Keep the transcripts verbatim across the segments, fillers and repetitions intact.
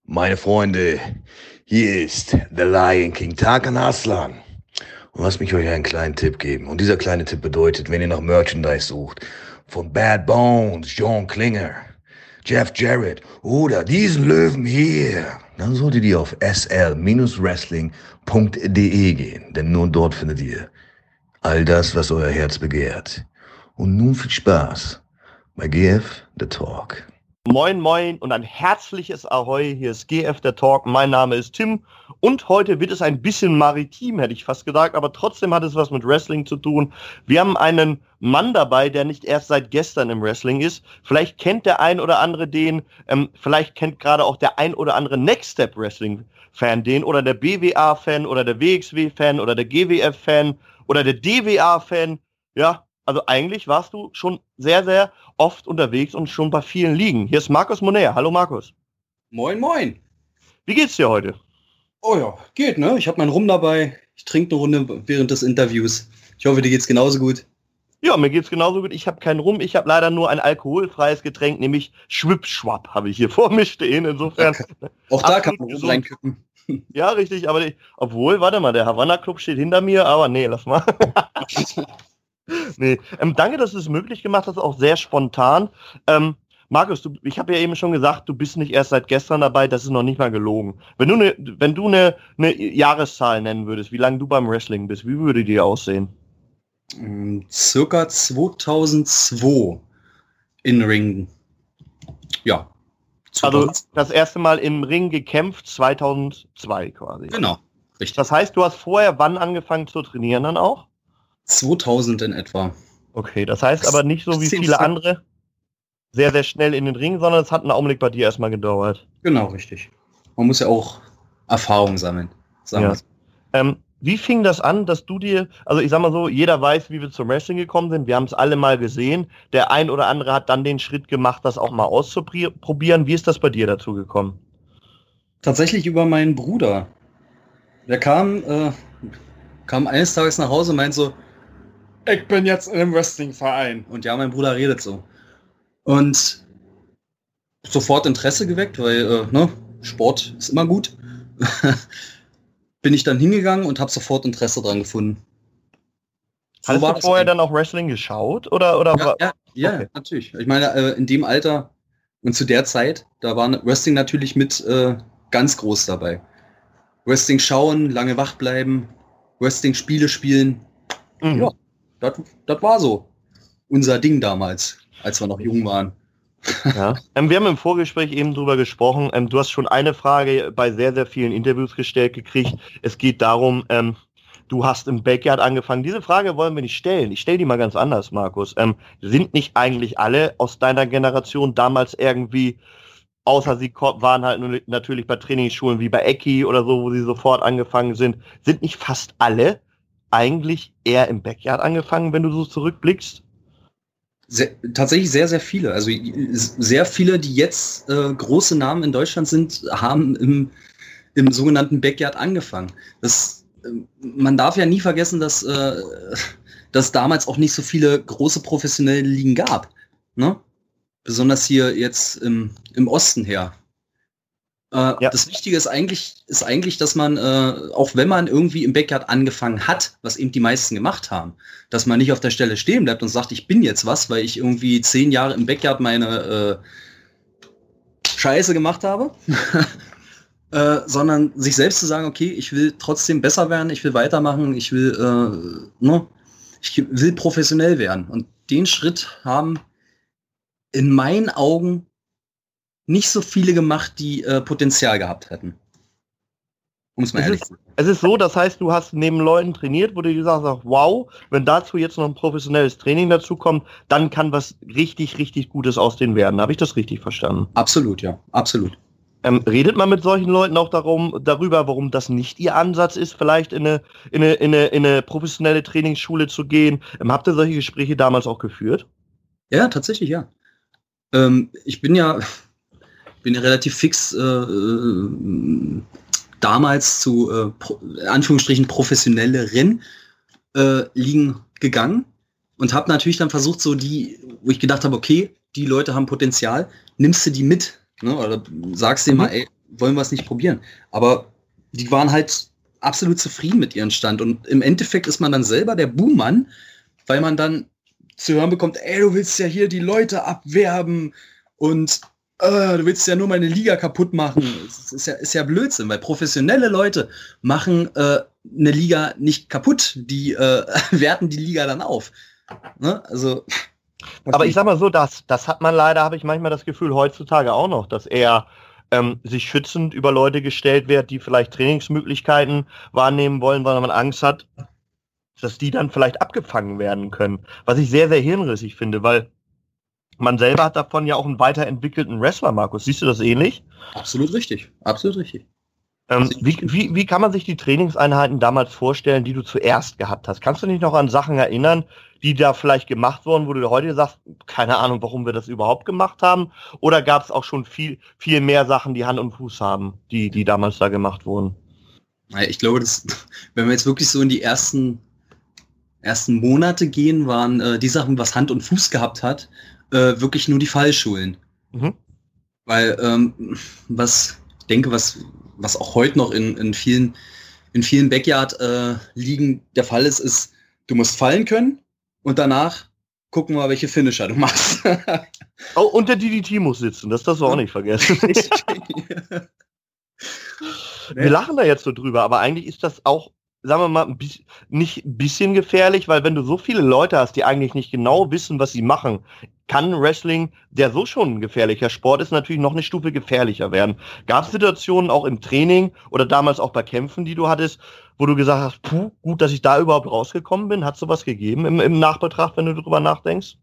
Meine Freunde, hier ist The Lion King, Tarkan Aslan. Und lasst mich euch einen kleinen Tipp geben. Und dieser kleine Tipp bedeutet, wenn ihr nach Merchandise sucht, von Bad Bones, John Klinger, Jeff Jarrett oder diesen Löwen hier, dann solltet ihr auf s l wrestling punkt d e gehen. Denn nur dort findet ihr all das, was euer Herz begehrt. Und nun viel Spaß bei G F The Talk. Moin moin und ein herzliches Ahoi, hier ist G F The Talk, mein Name ist Tim und heute wird es ein bisschen maritim, hätte ich fast gesagt, aber trotzdem hat es was mit Wrestling zu tun. Wir haben einen Mann dabei, der nicht erst seit gestern im Wrestling ist. Vielleicht kennt der ein oder andere den, ähm, vielleicht kennt gerade auch der ein oder andere Next Step Wrestling Fan den oder der B W A-Fan oder der W X W-Fan oder der G W F-Fan oder der D W A-Fan, ja. Also eigentlich warst du schon sehr, sehr oft unterwegs und schon bei vielen Ligen. Hier ist Markus Moner. Hallo Markus. Moin, moin. Wie geht's dir heute? Oh ja, geht, ne? Ich habe meinen Rum dabei. Ich trinke eine Runde während des Interviews. Ich hoffe, dir geht's genauso gut. Ja, mir geht's genauso gut. Ich habe keinen Rum. Ich habe leider nur ein alkoholfreies Getränk, nämlich Schwip-Schwapp habe ich hier vor mir stehen. Insofern. Auch da kann man Rum reinkippen. Ja, richtig. Aber die, obwohl, warte mal, der Havanna Club steht hinter mir. Aber nee, lass mal. Nee, ähm, danke, dass du es möglich gemacht hast, auch sehr spontan. Ähm, Markus, du, ich habe ja eben schon gesagt, du bist nicht erst seit gestern dabei, das ist noch nicht mal gelogen. Wenn du eine wenn du eine ne Jahreszahl nennen würdest, wie lange du beim Wrestling bist, wie würde die aussehen? Um, circa zweitausendzwei in Ring. Ja. Also das erste Mal im Ring gekämpft, zweitausendzwei quasi. Genau, richtig. Das heißt, du hast vorher wann angefangen zu trainieren dann auch? zweitausend in etwa. Okay, das heißt aber nicht so wie viele andere sehr, sehr schnell in den Ring, sondern es hat einen Augenblick bei dir erstmal gedauert. Genau, richtig. Man muss ja auch Erfahrung sammeln. Sagen ja. ähm, wie fing das an, dass du dir, also ich sag mal so, jeder weiß, wie wir zum Wrestling gekommen sind, wir haben es alle mal gesehen, der ein oder andere hat dann den Schritt gemacht, das auch mal auszuprobieren. Wie ist das bei dir dazu gekommen? Tatsächlich über meinen Bruder. Der kam, äh, kam eines Tages nach Hause und meint so, ich bin jetzt in einem Wrestling-Verein. Und ja, mein Bruder redet so. Und sofort Interesse geweckt, weil äh, ne, Sport ist immer gut. Bin ich dann hingegangen und habe sofort Interesse dran gefunden. Hast so du vorher dann auch Wrestling geschaut? Oder, oder ja, ja, ja okay. Natürlich. Ich meine, äh, in dem Alter und zu der Zeit, da war Wrestling natürlich mit äh, ganz groß dabei. Wrestling schauen, lange wach bleiben, Wrestling-Spiele spielen. Mhm. Ja. Das, das war so unser Ding damals, als wir noch jung waren. Ja. Ähm, wir haben im Vorgespräch eben drüber gesprochen. Ähm, du hast schon eine Frage bei sehr, sehr vielen Interviews gestellt gekriegt. Es geht darum, ähm, du hast im Backyard angefangen. Diese Frage wollen wir nicht stellen. Ich stelle die mal ganz anders, Markus. Ähm, sind nicht eigentlich alle aus deiner Generation damals irgendwie, außer sie waren halt natürlich bei Trainingsschulen wie bei Ecki oder so, wo sie sofort angefangen sind, sind nicht fast alle eigentlich eher im Backyard angefangen, wenn du so zurückblickst? Sehr, tatsächlich sehr, sehr viele. Also sehr viele, die jetzt äh, große Namen in Deutschland sind, haben im, im sogenannten Backyard angefangen. Das, äh, man darf ja nie vergessen, dass äh, dass damals auch nicht so viele große professionelle Ligen gab. Ne? Besonders hier jetzt im, im Osten her. Äh, ja. Das Wichtige ist eigentlich, ist eigentlich, dass man, äh, auch wenn man irgendwie im Backyard angefangen hat, was eben die meisten gemacht haben, dass man nicht auf der Stelle stehen bleibt und sagt, ich bin jetzt was, weil ich irgendwie zehn Jahre im Backyard meine äh, Scheiße gemacht habe, äh, sondern sich selbst zu sagen, okay, ich will trotzdem besser werden, ich will weitermachen, ich will, äh, ne, ich will professionell werden. Und den Schritt haben in meinen Augen nicht so viele gemacht, die äh, Potenzial gehabt hätten. Um es mal ehrlich zu sagen. Es ist so, das heißt, du hast neben Leuten trainiert, wo du gesagt hast, wow, wenn dazu jetzt noch ein professionelles Training dazu kommt, dann kann was richtig, richtig Gutes aus denen werden. Habe ich das richtig verstanden? Absolut, ja, absolut. Ähm, redet man mit solchen Leuten auch darum, darüber, warum das nicht ihr Ansatz ist, vielleicht in eine, in eine, in eine, in eine professionelle Trainingsschule zu gehen? Ähm, habt ihr solche Gespräche damals auch geführt? Ja, tatsächlich, ja. Ähm, ich bin ja... bin ja relativ fix äh, äh, damals zu äh, pro, in Anführungsstrichen professionelleren äh, Ligen gegangen und habe natürlich dann versucht, so die, wo ich gedacht habe, okay, die Leute haben Potenzial, nimmst du die mit, ne? Oder sagst denen mhm. mal, ey, wollen wir es nicht probieren. Aber die waren halt absolut zufrieden mit ihrem Stand. Und im Endeffekt ist man dann selber der Buhmann, weil man dann zu hören bekommt, ey, du willst ja hier die Leute abwerben und äh, du willst ja nur meine Liga kaputt machen. Das ist ja, ist ja Blödsinn, weil professionelle Leute machen äh, eine Liga nicht kaputt. Die äh, werten die Liga dann auf. Ne? Also, aber ich sag mal so, das, das hat man leider, habe ich manchmal das Gefühl, heutzutage auch noch, dass er ähm, sich schützend über Leute gestellt wird, die vielleicht Trainingsmöglichkeiten wahrnehmen wollen, weil man Angst hat, dass die dann vielleicht abgefangen werden können. Was ich sehr, sehr hirnrissig finde, weil man selber hat davon ja auch einen weiterentwickelten Wrestler, Markus. Siehst du das ähnlich? Absolut richtig, absolut richtig. Ähm, wie, wie, wie kann man sich die Trainingseinheiten damals vorstellen, die du zuerst gehabt hast? Kannst du dich noch an Sachen erinnern, die da vielleicht gemacht wurden, wo du heute sagst, keine Ahnung, warum wir das überhaupt gemacht haben? Oder gab es auch schon viel, viel mehr Sachen, die Hand und Fuß haben, die, die damals da gemacht wurden? Ich glaube, das, wenn wir jetzt wirklich so in die ersten, ersten Monate gehen, waren äh, die Sachen, was Hand und Fuß gehabt hat, äh, wirklich nur die Fallschulen. Mhm. Weil, ähm, was, ich denke, was, was auch heute noch in, in vielen, in vielen Backyard-Ligen äh, der Fall ist, ist, du musst fallen können und danach gucken wir, welche Finisher du machst. Oh, und der D D T muss sitzen, das darfst du auch nicht vergessen. Wir lachen da jetzt so drüber, aber eigentlich ist das auch, sagen wir mal, ein bisschen, nicht ein bisschen gefährlich, weil wenn du so viele Leute hast, die eigentlich nicht genau wissen, was sie machen, kann Wrestling, der so schon ein gefährlicher Sport ist, natürlich noch eine Stufe gefährlicher werden. Gab es Situationen auch im Training oder damals auch bei Kämpfen, die du hattest, wo du gesagt hast, puh, gut, dass ich da überhaupt rausgekommen bin? Hat es sowas gegeben im, im Nachbetracht, wenn du drüber nachdenkst?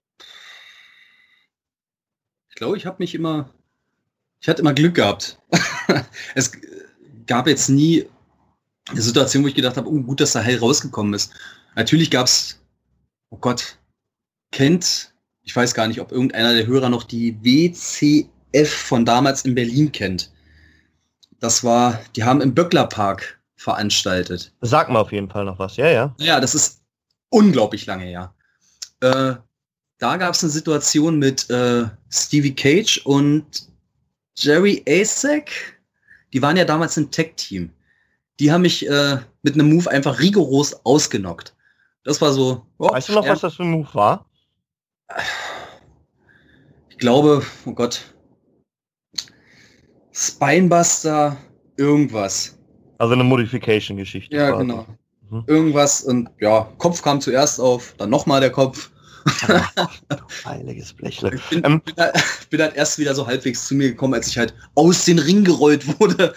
Ich glaube, ich habe mich immer, ich hatte immer Glück gehabt. Es gab jetzt nie eine Situation, wo ich gedacht habe, oh, gut, dass er heil rausgekommen ist. Natürlich gab es, oh Gott, kennt, ich weiß gar nicht, ob irgendeiner der Hörer noch die W C F von damals in Berlin kennt. Das war, die haben im Böcklerpark veranstaltet. Sag mal auf jeden Fall noch was, ja, ja. Ja, das ist unglaublich lange her. Äh, da gab es eine Situation mit äh, Stevie Cage und Jerry Asek. Die waren ja damals ein Tag-Team. Die haben mich äh, mit einem Move einfach rigoros ausgenockt. Das war so... Oh, weißt du noch, was das für ein Move war? Ich glaube, oh Gott, Spinebuster, irgendwas. Also eine Modification-Geschichte. Ja, quasi. Genau. Mhm. Irgendwas und ja, Kopf kam zuerst auf, dann nochmal der Kopf. Heiliges Blechle. Ich bin, ähm, bin, halt, bin halt erst wieder so halbwegs zu mir gekommen, als ich halt aus den Ring gerollt wurde.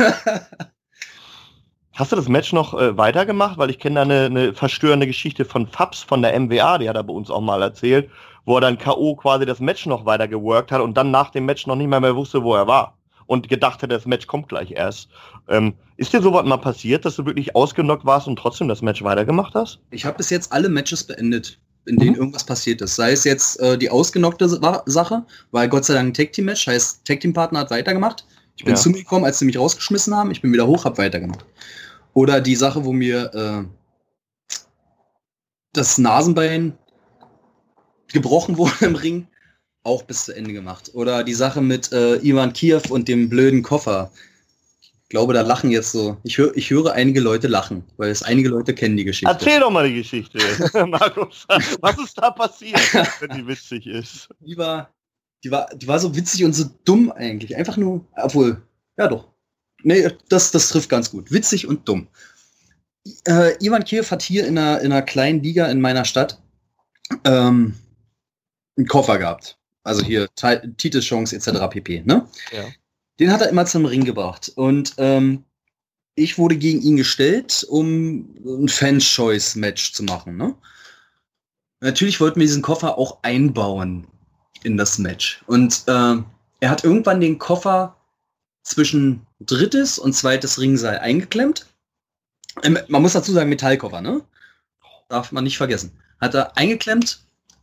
Hast du das Match noch äh, weitergemacht? Weil ich kenne da eine, eine verstörende Geschichte von Fabs von der M W A, die hat er bei uns auch mal erzählt, wo er dann K O quasi das Match noch weiter geworkt hat und dann nach dem Match noch nicht mehr, mehr wusste, wo er war. Und gedacht hat, das Match kommt gleich erst. Ähm, ist dir sowas mal passiert, dass du wirklich ausgenockt warst und trotzdem das Match weitergemacht hast? Ich habe bis jetzt alle Matches beendet, in denen mhm. irgendwas passiert ist. Sei es jetzt äh, die ausgenockte Sache, weil Gott sei Dank ein Tag-Team-Match, heißt Tag-Team-Partner hat weitergemacht. Ich bin ja. zu mir gekommen, als sie mich rausgeschmissen haben. Ich bin wieder hoch, habe weitergemacht. Oder die Sache, wo mir äh, das Nasenbein gebrochen wurde im Ring, auch bis zu Ende gemacht. Oder die Sache mit äh, Ivan Kiev und dem blöden Koffer. Ich glaube, da lachen jetzt so. Ich, hör, ich höre einige Leute lachen, weil es einige Leute kennen die Geschichte. Erzähl doch mal die Geschichte, Markus. Was ist da passiert, wenn die witzig ist? Die war, die, war, die war so witzig und so dumm eigentlich. Einfach nur, obwohl, ja doch. Nee, das, das trifft ganz gut. Witzig und dumm. Äh, Ivan Kiev hat hier in einer, in einer kleinen Liga in meiner Stadt ähm, einen Koffer gehabt. Also hier Titelchance et cetera pp. Ne? Ja. Den hat er immer zum Ring gebracht. Und ähm, ich wurde gegen ihn gestellt, um ein Fan-Choice-Match zu machen. Ne? Natürlich wollten wir diesen Koffer auch einbauen in das Match. Und äh, er hat irgendwann den Koffer zwischen drittes und zweites Ringseil eingeklemmt. Ähm, man muss dazu sagen, Metallkoffer, ne? Darf man nicht vergessen. Hat er eingeklemmt.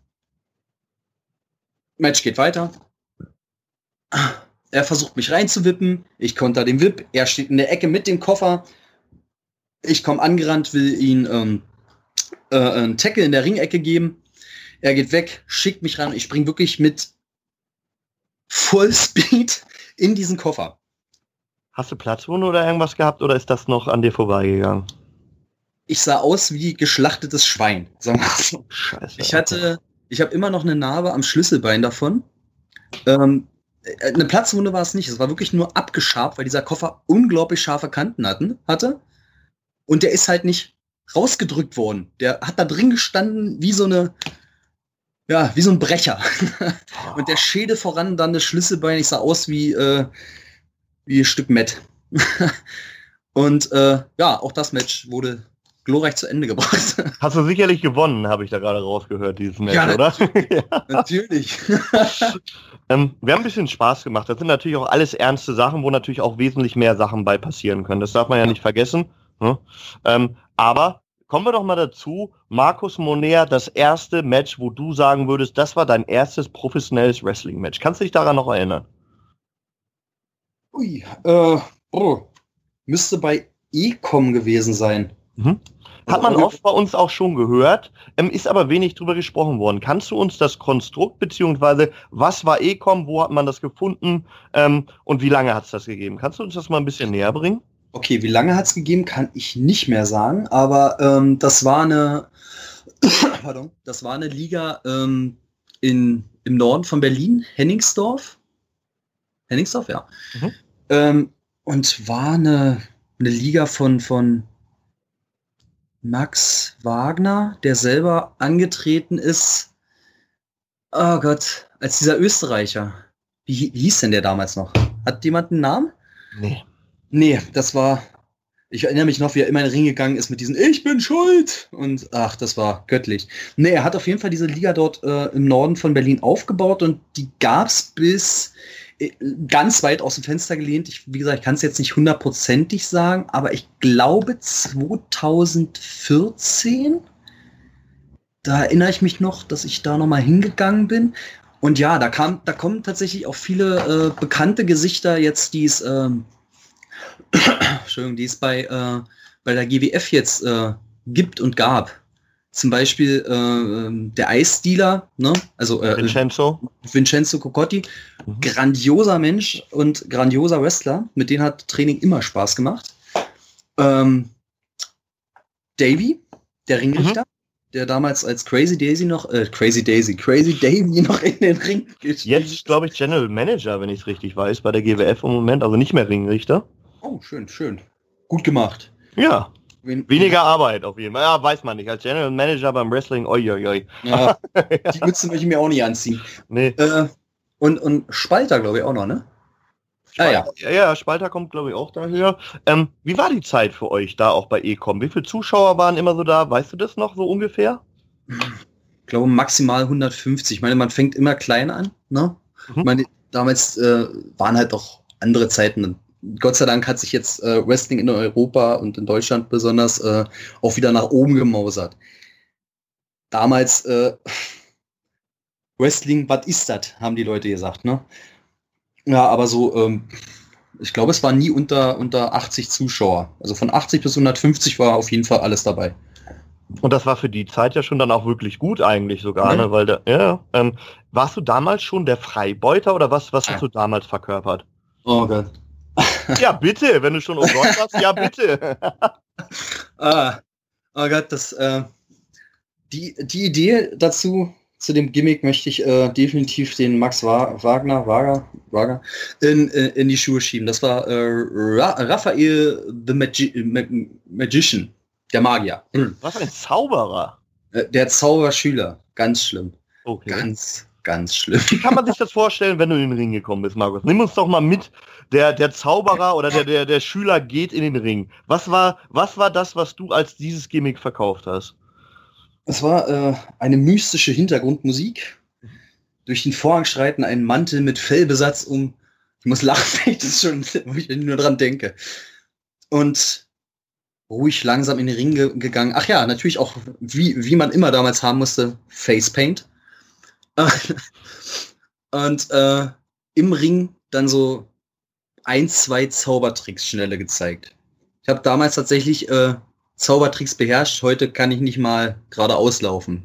Match geht weiter. Er versucht mich reinzuwippen. Ich konter den Wip. Er steht in der Ecke mit dem Koffer. Ich komme angerannt, will ihn ähm, äh, einen Tackle in der Ringecke geben. Er geht weg, schickt mich ran. Ich spring wirklich mit Fullspeed in diesen Koffer. Hast du Platzwunde oder irgendwas gehabt oder ist das noch an dir vorbeigegangen? Ich sah aus wie geschlachtetes Schwein. Sagen wir so. Scheiße. Ich hatte, ich habe immer noch eine Narbe am Schlüsselbein davon. Ähm, eine Platzwunde war es nicht. Es war wirklich nur abgeschabt, weil dieser Koffer unglaublich scharfe Kanten hatten, hatte. Und der ist halt nicht rausgedrückt worden. Der hat da drin gestanden wie so eine, ja, wie so ein Brecher. Und der Schädel voran, dann das Schlüsselbein. Ich sah aus wie, äh, wie ein Stück Mett. Und äh, ja, auch das Match wurde glorreich zu Ende gebracht. Hast du sicherlich gewonnen, habe ich da gerade rausgehört, dieses Match, Ja, oder? ja. Natürlich. ähm, wir haben ein bisschen Spaß gemacht. Das sind natürlich auch alles ernste Sachen, wo natürlich auch wesentlich mehr Sachen bei passieren können. Das darf man ja nicht vergessen. Ne? Ähm, aber kommen wir doch mal dazu, Markus Moner, das erste Match, wo du sagen würdest, das war dein erstes professionelles Wrestling-Match. Kannst du dich daran noch erinnern? Ui, äh, oh, müsste bei E-Com gewesen sein. Mhm. Hat man oft bei uns auch schon gehört, ähm, ist aber wenig drüber gesprochen worden. Kannst du uns das Konstrukt, beziehungsweise was war E-Com, wo hat man das gefunden ähm, und wie lange hat es das gegeben? Kannst du uns das mal ein bisschen näher bringen? Okay, wie lange hat es gegeben, kann ich nicht mehr sagen, aber ähm, das war eine, pardon, das war eine Liga ähm, in, im Norden von Berlin, Hennigsdorf. Hennigsdorf, ja. Mhm. Ähm, und war eine, eine Liga von, von Max Wagner, der selber angetreten ist, oh Gott, als dieser Österreicher. Wie, wie hieß denn der damals noch? Hat jemand einen Namen? Nee. Nee, das war, ich erinnere mich noch, wie er immer in den Ring gegangen ist mit diesen Ich bin schuld! Und ach, das war göttlich. Nee, er hat auf jeden Fall diese Liga dort äh, im Norden von Berlin aufgebaut und die gab's bis äh, ganz weit aus dem Fenster gelehnt. Ich, wie gesagt, ich kann es jetzt nicht hundertprozentig sagen, aber ich glaube zweitausendvierzehn, da erinnere ich mich noch, dass ich da nochmal hingegangen bin. Und ja, da kam, da kommen tatsächlich auch viele äh, bekannte Gesichter jetzt, die es ähm, Entschuldigung, die es bei, äh, bei der G W F jetzt äh, gibt und gab. Zum Beispiel äh, der Eisdealer, ne? Also äh, Vincenzo. Vincenzo Cocotti. Mhm. Grandioser Mensch und grandioser Wrestler. Mit denen hat Training immer Spaß gemacht. Ähm, Davey, der Ringrichter, mhm. der damals als Crazy Daisy noch, äh, Crazy Daisy, Crazy Davey noch in den Ring geht. Jetzt, glaube ich, General Manager, wenn ich es richtig weiß, bei der G W F im Moment, also nicht mehr Ringrichter. Oh, schön, schön. Gut gemacht. Ja. Wen, Weniger Arbeit auf jeden Fall. Ja, weiß man nicht. Als General Manager beim Wrestling, oi, oi, oi. Ja, die Mütze möchte ich mir auch nicht anziehen. Nee. Äh, und, und Spalter, glaube ich, auch noch, ne? Spalter, ah, ja. ja, ja, Spalter kommt, glaube ich, auch daher. Ähm, wie war die Zeit für euch da auch bei E-Com? Wie viele Zuschauer waren immer so da? Weißt du das noch so ungefähr? Ich glaube maximal hundertfünfzig. Ich meine, man fängt immer klein an, ne? Mhm. Ich meine, damals äh, waren halt doch andere Zeiten. Gott sei Dank hat sich jetzt äh, Wrestling in Europa und in Deutschland besonders äh, auch wieder nach oben gemausert. Damals äh, Wrestling, was ist das, haben die Leute gesagt, ne? Ja, aber so, ähm, ich glaube, es war nie unter, unter achtzig Zuschauer. Also von achtzig bis hundertfünfzig war auf jeden Fall alles dabei. Und das war für die Zeit ja schon dann auch wirklich gut eigentlich sogar, ja. ne? Weil da, ja, ähm, warst du damals schon der Freibeuter oder was, was hast du damals verkörpert? Oh Gott. Ja, bitte, wenn du schon oh Gott hast, ja, bitte. ah, oh Gott, das, äh, die, die Idee dazu, zu dem Gimmick möchte ich äh, definitiv den Max Wa- Wagner, Wagner, Wagner in, in die Schuhe schieben. Das war äh, Ra- Raphael the Magi- Mag- Magician, der Magier. Was ein Zauberer. Äh, der Zauberschüler, ganz schlimm. Okay. Ganz, ganz schlimm. Wie kann man sich das vorstellen, wenn du in den Ring gekommen bist, Markus? Nimm uns doch mal mit. Der, der Zauberer oder der, der, der Schüler geht in den Ring. Was war, was war das, was du als dieses Gimmick verkauft hast? Es war äh, eine mystische Hintergrundmusik. Durch den Vorhang schreiten ein Mantel mit Fellbesatz um. Ich muss lachen, wenn ich das schon, wo ich nur dran denke. Und ruhig langsam in den Ring ge- gegangen. Ach ja, natürlich auch, wie, wie man immer damals haben musste, Facepaint. Und äh, im Ring dann so ein, zwei Zaubertricks schnelle gezeigt. Ich habe damals tatsächlich äh, Zaubertricks beherrscht. Heute kann ich nicht mal geradeaus laufen.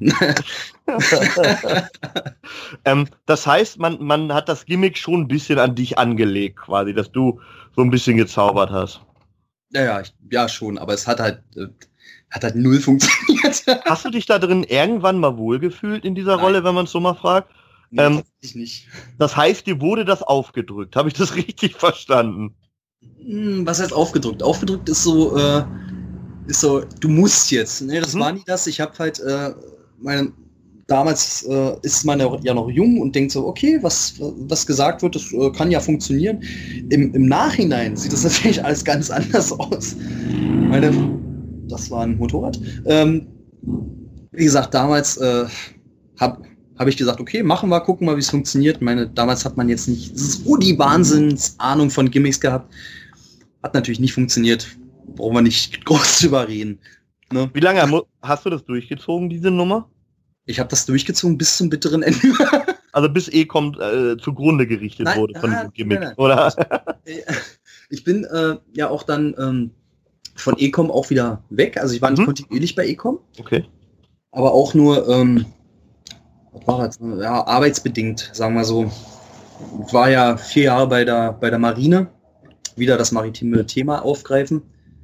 ähm, das heißt, man, man hat das Gimmick schon ein bisschen an dich angelegt, quasi, dass du so ein bisschen gezaubert hast. Ja, ja, ich, ja schon, aber es hat halt, äh, hat halt null funktioniert. Hast du dich da drin irgendwann mal wohlgefühlt in dieser Nein. Rolle, wenn man es so mal fragt? Nee, ähm, tatsächlich nicht. Das heißt, dir wurde das aufgedrückt. Habe ich das richtig verstanden? Hm, was heißt aufgedrückt? Aufgedrückt ist so, äh, ist so, du musst jetzt. Ne, das Mhm. war nie das. Ich habe halt, äh, meine, damals äh, ist man ja noch jung und denkt so, okay, was, was gesagt wird, das äh, kann ja funktionieren. Im, Im Nachhinein sieht das natürlich alles ganz anders aus. Meine, das war ein Motorrad. Ähm, wie gesagt, damals äh, habe hab ich gesagt, okay, machen wir, gucken wir, wie es funktioniert. Meine, damals hat man jetzt nicht so die Wahnsinnsahnung von Gimmicks gehabt. Hat natürlich nicht funktioniert. Brauchen wir nicht groß drüber reden. Ne? Wie lange mu- hast du das durchgezogen, diese Nummer? Ich habe das durchgezogen bis zum bitteren Ende. Also bis Ecom äh, zugrunde gerichtet Nein, wurde von ah, diesem Gimmick, nein, nein. oder? Ich bin äh, ja auch dann ähm, von Ecom auch wieder weg. Also ich war nicht Mhm. kontinuierlich bei Ecom, Okay. aber auch nur ähm, was war das? Ja, arbeitsbedingt, sagen wir so. Ich war ja vier Jahre bei der, bei der Marine, wieder das maritime Thema aufgreifen.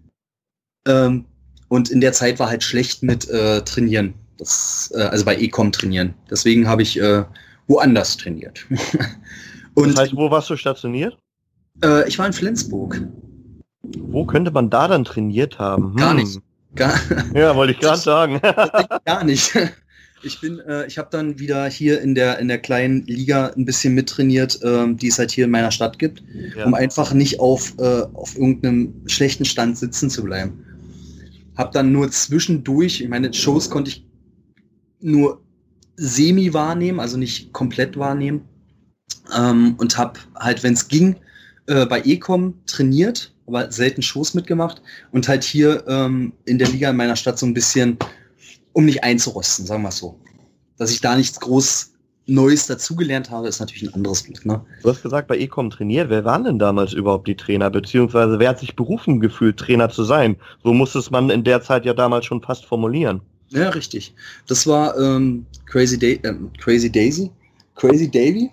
Ähm, und in der Zeit war halt schlecht mit äh, Trainieren. Das, äh, also bei Ecom trainieren. Deswegen habe ich äh, woanders trainiert. Und Das heißt, wo warst du stationiert? äh, ich war in Flensburg. Wo könnte man da dann trainiert haben? Hm. Gar nicht. Gar, Ja, wollte ich gerade sagen. gar nicht. Ich bin, äh, ich habe dann wieder hier in der in der kleinen Liga ein bisschen mittrainiert, ähm, die es halt hier in meiner Stadt gibt, Ja. um einfach nicht auf äh, auf irgendeinem schlechten Stand sitzen zu bleiben. Hab dann nur zwischendurch, ich meine, Shows konnte ich nur semi wahrnehmen, also nicht komplett wahrnehmen, ähm, und habe halt, wenn es ging, äh, bei Ecom trainiert, aber selten Shows mitgemacht und halt hier ähm, in der Liga in meiner Stadt so ein bisschen, um nicht einzurosten, sagen wir es so. Dass ich da nichts groß Neues dazugelernt habe, ist natürlich ein anderes Glück. Ne? Du hast gesagt, bei Ecom trainiert. Wer waren denn damals überhaupt die Trainer? Beziehungsweise wer hat sich berufen gefühlt, Trainer zu sein? So musste es man in der Zeit ja damals schon fast formulieren. Ja, richtig. Das war ähm, Crazy, da ähm, Crazy Daisy, Crazy Davy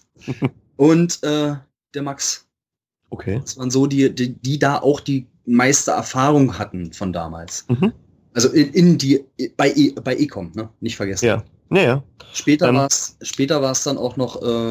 und äh, der Max. Okay. Das waren so die, die, die da auch die meiste Erfahrung hatten von damals. Mhm. Also in, in die bei e, bei Ecom, ne? Nicht vergessen. Ja. Ja, ja. Später Ähm. war es später war es dann auch noch äh,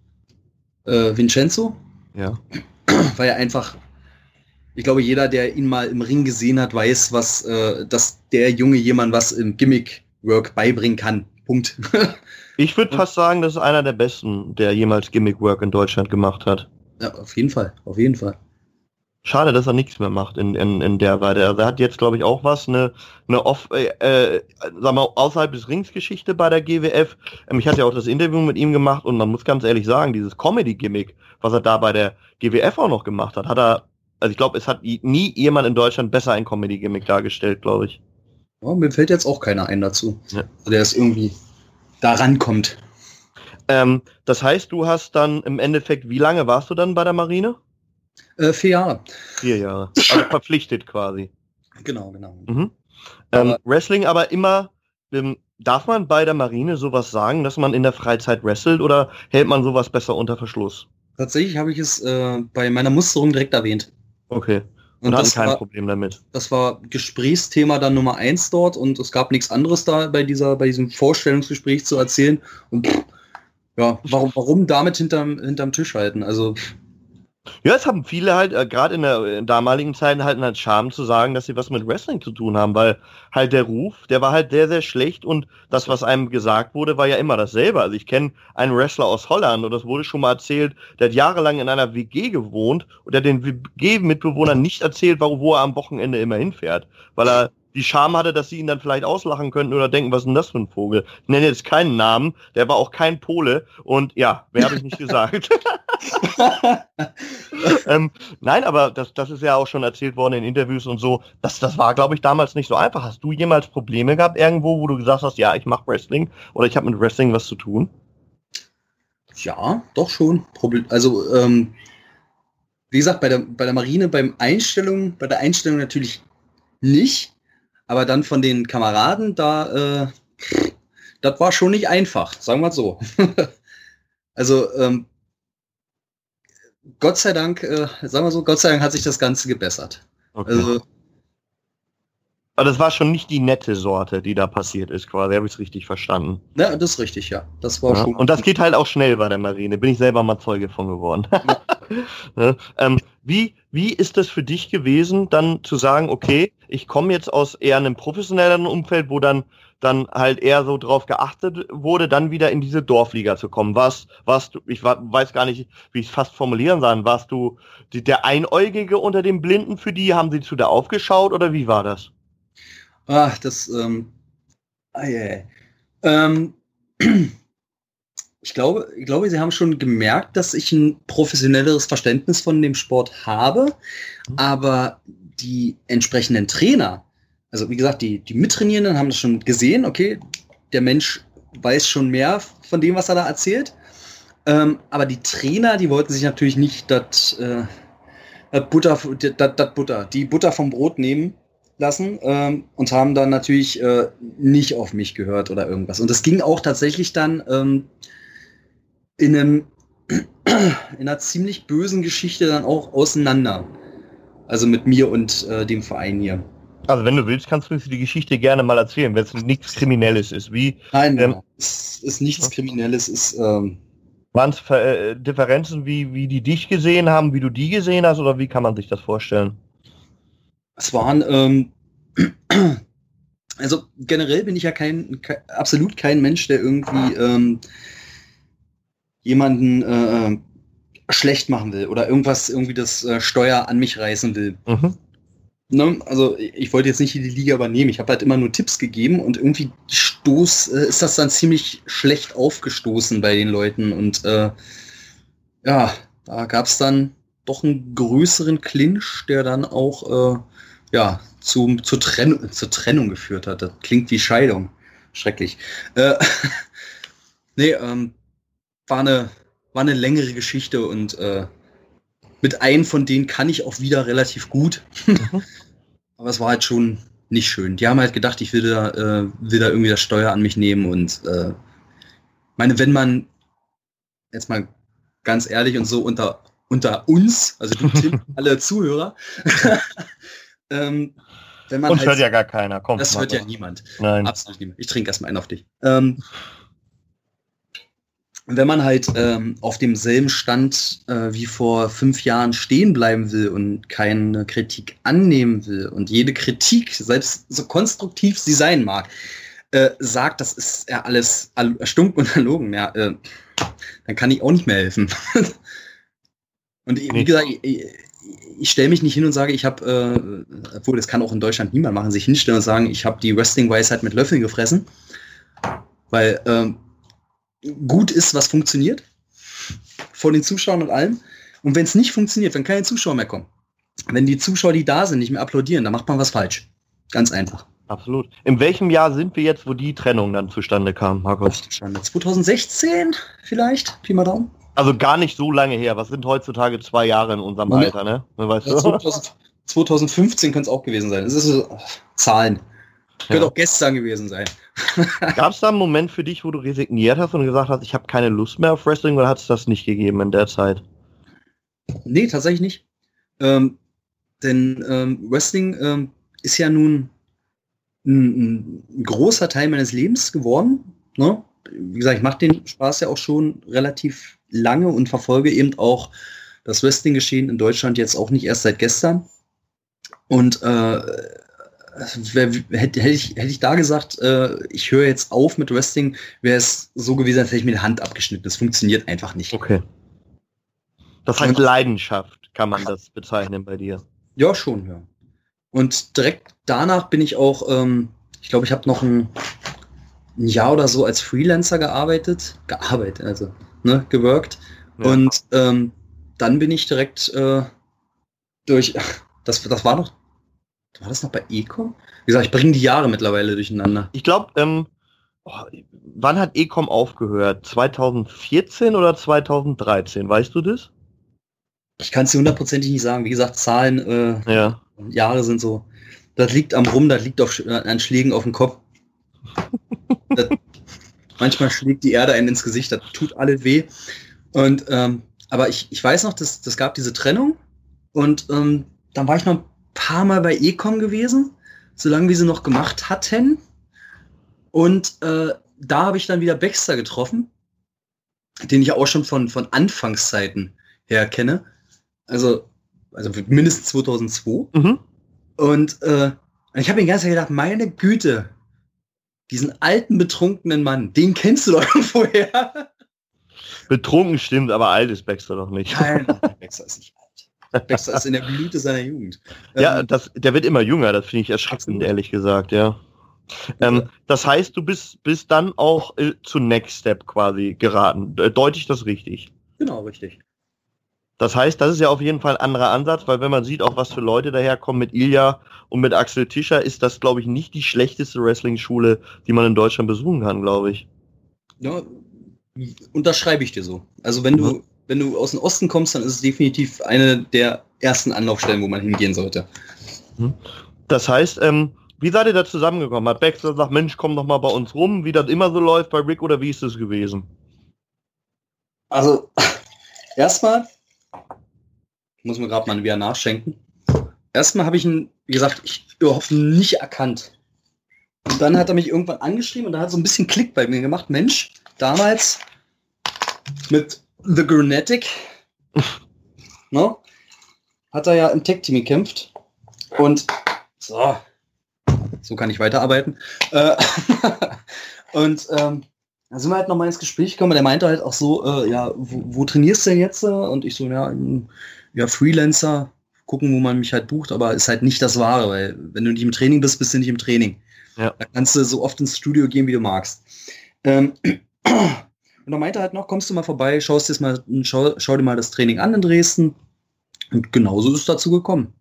äh, Vincenzo, Ja. weil er einfach, ich glaube, jeder, der ihn mal im Ring gesehen hat, weiß, was, äh, dass der Junge jemand was im Gimmick-Work beibringen kann. Punkt. Ich würde fast sagen, das ist einer der besten, der jemals Gimmick-Work in Deutschland gemacht hat. Ja, auf jeden Fall, auf jeden Fall. Schade, dass er nichts mehr macht in, in, in der Weise. Also er hat jetzt, glaube ich, auch was, eine, eine off, äh, äh, sag mal, außerhalb des Rings Geschichte bei der G W F. Ähm, ich hatte ja auch das Interview mit ihm gemacht und man muss ganz ehrlich sagen, dieses Comedy-Gimmick, was er da bei der G W F auch noch gemacht hat, hat er, also ich glaube, es hat nie jemand in Deutschland besser ein Comedy-Gimmick dargestellt, glaube ich. Ja, mir fällt jetzt auch keiner ein dazu, Ja. der es irgendwie da rankommt. Ähm, das heißt, du hast dann im Endeffekt, wie lange warst du dann bei der Marine? Äh, vier Jahre. Vier Jahre. Also verpflichtet quasi. Genau, genau. Mhm. Ähm, Aber- Wrestling aber immer, ähm, darf man bei der Marine sowas sagen, dass man in der Freizeit wrestelt oder hält man sowas besser unter Verschluss? Tatsächlich habe ich es äh, bei meiner Musterung direkt erwähnt. Okay. Und, Und hatten das kein war, Problem damit. das war Gesprächsthema dann Nummer eins dort und es gab nichts anderes da bei dieser, bei diesem Vorstellungsgespräch zu erzählen. Und pff, ja, warum, warum damit hinterm, hinterm Tisch halten? Also pff, Ja, es haben viele halt, äh, gerade in der äh, damaligen Zeit, halt einen Charme zu sagen, dass sie was mit Wrestling zu tun haben, weil halt der Ruf, der war halt sehr, sehr schlecht und das, was einem gesagt wurde, war ja immer dasselbe. Also ich kenne einen Wrestler aus Holland und das wurde schon mal erzählt, der hat jahrelang in einer W G gewohnt und der hat den W G-Mitbewohnern nicht erzählt, warum, wo er am Wochenende immer hinfährt, weil er die Scham hatte, dass sie ihn dann vielleicht auslachen könnten oder denken, was ist denn das für ein Vogel? Ich nenne jetzt keinen Namen, der war auch kein Pole und ja, wer habe ich nicht gesagt? ähm, nein, aber das, das ist ja auch schon erzählt worden in Interviews und so. Das, das war, glaube ich, damals nicht so einfach. Hast du jemals Probleme gehabt irgendwo, wo du gesagt hast, ja, ich mache Wrestling oder ich habe mit Wrestling was zu tun? ja, doch schon. Problem, also ähm, wie gesagt, bei der, bei der Marine, beim Einstellung, bei der Einstellung natürlich nicht, aber dann von den Kameraden, da, äh, das war schon nicht einfach, sagen wir so. Also, ähm, Gott sei Dank, äh, sagen wir so, Gott sei Dank hat sich das Ganze gebessert. Okay. Also, Aber das war schon nicht die nette Sorte, die da passiert ist, quasi. Habe ich es richtig verstanden? ja, das ist richtig, ja. Das war Ja. schon. Und das geht halt auch schnell bei der Marine. Bin ich selber mal Zeuge von geworden. Ja. ähm, wie, wie ist das für dich gewesen, dann zu sagen, okay, ich komme jetzt aus eher einem professionellen Umfeld, wo dann dann halt eher so drauf geachtet wurde, dann wieder in diese Dorfliga zu kommen. Warst, warst du, ich war, weiß gar nicht, wie ich es fast formulieren soll, warst du die, der Einäugige unter den Blinden für die? Haben sie zu dir aufgeschaut oder wie war das? Ach, das, ähm, ah, yeah. ähm, ich glaube, ich glaube, sie haben schon gemerkt, dass ich ein professionelleres Verständnis von dem Sport habe, aber die entsprechenden Trainer, also wie gesagt, die, die Mittrainierenden haben das schon gesehen, okay, der Mensch weiß schon mehr von dem, was er da erzählt, ähm, aber die Trainer, die wollten sich natürlich nicht das äh, Butter, dat, dat Butter, die Butter vom Brot nehmen lassen ähm, und haben dann natürlich äh, nicht auf mich gehört oder irgendwas. Und das ging auch tatsächlich dann ähm, in einem in einer ziemlich bösen Geschichte dann auch auseinander. Also mit mir und äh, dem Verein hier. Also wenn du willst, kannst du die Geschichte gerne mal erzählen, wenn es nichts Kriminelles ist. Wie Nein, ähm, es ist nichts Kriminelles, es ist ähm, waren es äh, Differenzen, wie, wie die dich gesehen haben, wie du die gesehen hast, oder wie kann man sich das vorstellen? Es waren, ähm, also generell bin ich ja kein, kein absolut kein Mensch, der irgendwie ähm, jemanden äh, schlecht machen will oder irgendwas, irgendwie das äh, Steuer an mich reißen will. Mhm. Ne? Also ich wollte jetzt nicht die Liga übernehmen, ich habe halt immer nur Tipps gegeben und irgendwie stoß, äh, ist das dann ziemlich schlecht aufgestoßen bei den Leuten und äh, ja, da gab es dann doch einen größeren Clinch, der dann auch äh, ja, zum, zur, Trenn- zur Trennung geführt hat. Das klingt wie Scheidung. Schrecklich. Äh, nee, ähm, war eine, war eine längere Geschichte und äh, mit einem von denen kann ich auch wieder relativ gut. Mhm. Aber es war halt schon nicht schön. Die haben halt gedacht, ich will da, äh, will da irgendwie das Steuer an mich nehmen und äh, meine, wenn man jetzt mal ganz ehrlich und so unter, unter uns, also du, Tim, alle Zuhörer, ähm, wenn man uns halt, hört ja gar keiner. Komm, das hört mal. ja niemand. Nein. Absolut niemand. Ich trinke erstmal einen auf dich. Ähm, wenn man halt ähm, auf demselben Stand äh, wie vor fünf Jahren stehen bleiben will und keine Kritik annehmen will und jede Kritik, selbst so konstruktiv sie sein mag, äh, sagt, das ist ja alles stunk und erlogen, ja, äh, dann kann ich auch nicht mehr helfen. Und wie Nicht. gesagt, ich, ich stelle mich nicht hin und sage, ich habe, äh, obwohl das kann auch in Deutschland niemand machen, sich hinstellen und sagen, ich habe die Wrestling-Weisheit mit Löffeln gefressen, weil ähm, gut ist, was funktioniert, vor den Zuschauern und allem. Und wenn es nicht funktioniert, wenn keine Zuschauer mehr kommen, wenn die Zuschauer, die da sind, nicht mehr applaudieren, dann macht man was falsch. Ganz einfach. Absolut. In welchem Jahr sind wir jetzt, wo die Trennung dann zustande kam, Markus? zwanzig sechzehn vielleicht, Pi mal Daumen. Also gar nicht so lange her. Was sind heutzutage zwei Jahre in unserem Moment. Alter, ne? Weißt Ja, du? zweitausend, zwanzig fünfzehn könnte es auch gewesen sein. Es ist so, oh, Zahlen. Könnte Ja. auch gestern gewesen sein. Gab es da einen Moment für dich, wo du resigniert hast und gesagt hast, ich habe keine Lust mehr auf Wrestling, oder hat es das nicht gegeben in der Zeit? Nee, tatsächlich nicht. Ähm, denn ähm, Wrestling ähm, ist ja nun ein, ein großer Teil meines Lebens geworden. Ne? Wie gesagt, ich mache den Spaß ja auch schon relativ lange und verfolge eben auch das Wrestling-Geschehen in Deutschland jetzt auch nicht erst seit gestern. Und äh, hätte, hätte, ich, hätte ich da gesagt, äh, ich höre jetzt auf mit Wrestling, wäre es so gewesen, als hätte ich mir die Hand abgeschnitten. Das funktioniert einfach nicht. Okay. Das heißt Leidenschaft, kann man das bezeichnen bei dir? Ja, schon, ja. Und direkt danach bin ich auch, ähm, ich glaube, ich habe noch ein, ein Jahr oder so als Freelancer gearbeitet, gearbeitet, also, ne, geworkt. Ja. Und ähm, dann bin ich direkt äh, durch, das, das war noch, war das noch bei Ecom? Wie gesagt, ich bringe die Jahre mittlerweile durcheinander. Ich glaube, ähm, oh, wann hat Ecom aufgehört? zwanzig vierzehn oder zwanzig dreizehn? Weißt du das? Ich kann es dir hundertprozentig nicht sagen. Wie gesagt, Zahlen, äh, ja. Jahre sind so. Das liegt am Rum, das liegt auf, an Schlägen auf dem Kopf. das, manchmal schlägt die Erde einen ins Gesicht, das tut alles weh. Und ähm, aber ich, ich weiß noch, dass das gab diese Trennung und ähm, dann war ich noch ein paar Mal bei Ecom gewesen, solange wir sie noch gemacht hatten. Und äh, da habe ich dann wieder Baxter getroffen, den ich auch schon von, von Anfangszeiten her kenne. Also, also mindestens zweitausendzwei. Mhm. Und äh, ich habe mir die ganze Zeit gedacht, meine Güte, diesen alten, betrunkenen Mann, den kennst du doch vorher. Betrunken stimmt, aber alt ist Baxter doch nicht. Nein, Baxter ist nicht alt. Baxter ist in der Blüte seiner Jugend. Ja, ähm, das, der wird immer jünger, das finde ich erschreckend, absolut. Ehrlich gesagt, ja. Ähm, das heißt, du bist, bist dann auch äh, zu Next Step quasi geraten. Deute ich das richtig? Genau, richtig. Das heißt, das ist ja auf jeden Fall ein anderer Ansatz, weil wenn man sieht, auch was für Leute daherkommen mit Ilja und mit Axel Tischer, ist das, glaube ich, nicht die schlechteste Wrestling-Schule, die man in Deutschland besuchen kann, glaube ich. Ja, unterschreibe ich dir so. Also wenn du, mhm. wenn du aus dem Osten kommst, dann ist es definitiv eine der ersten Anlaufstellen, wo man hingehen sollte. Das heißt, ähm, wie seid ihr da zusammengekommen? Hat Baxter gesagt, Mensch, komm doch mal bei uns rum, wie das immer so läuft bei Rick, oder wie ist das gewesen? Also, erstmal, ich muss mir gerade mal wieder nachschenken. Erstmal habe ich ihn, wie gesagt, ich überhaupt nicht erkannt. Und dann hat er mich irgendwann angeschrieben und da hat so ein bisschen Klick bei mir gemacht. Mensch, damals mit The Grenetic, no, hat er ja im Tag-Team gekämpft. Und so, so kann ich weiterarbeiten. Äh, und ähm, da sind wir halt nochmal ins Gespräch gekommen. Der meinte halt auch so, äh, ja, wo, wo trainierst du denn jetzt? Und ich so, ja, ja, Freelancer, gucken, wo man mich halt bucht, aber ist halt nicht das Wahre, weil wenn du nicht im Training bist, bist du nicht im Training. Ja. Da kannst du so oft ins Studio gehen, wie du magst. Ähm, und dann meinte er halt noch, kommst du mal vorbei, schaust dir mal, schau, schau dir mal das Training an in Dresden. Und genauso ist es dazu gekommen.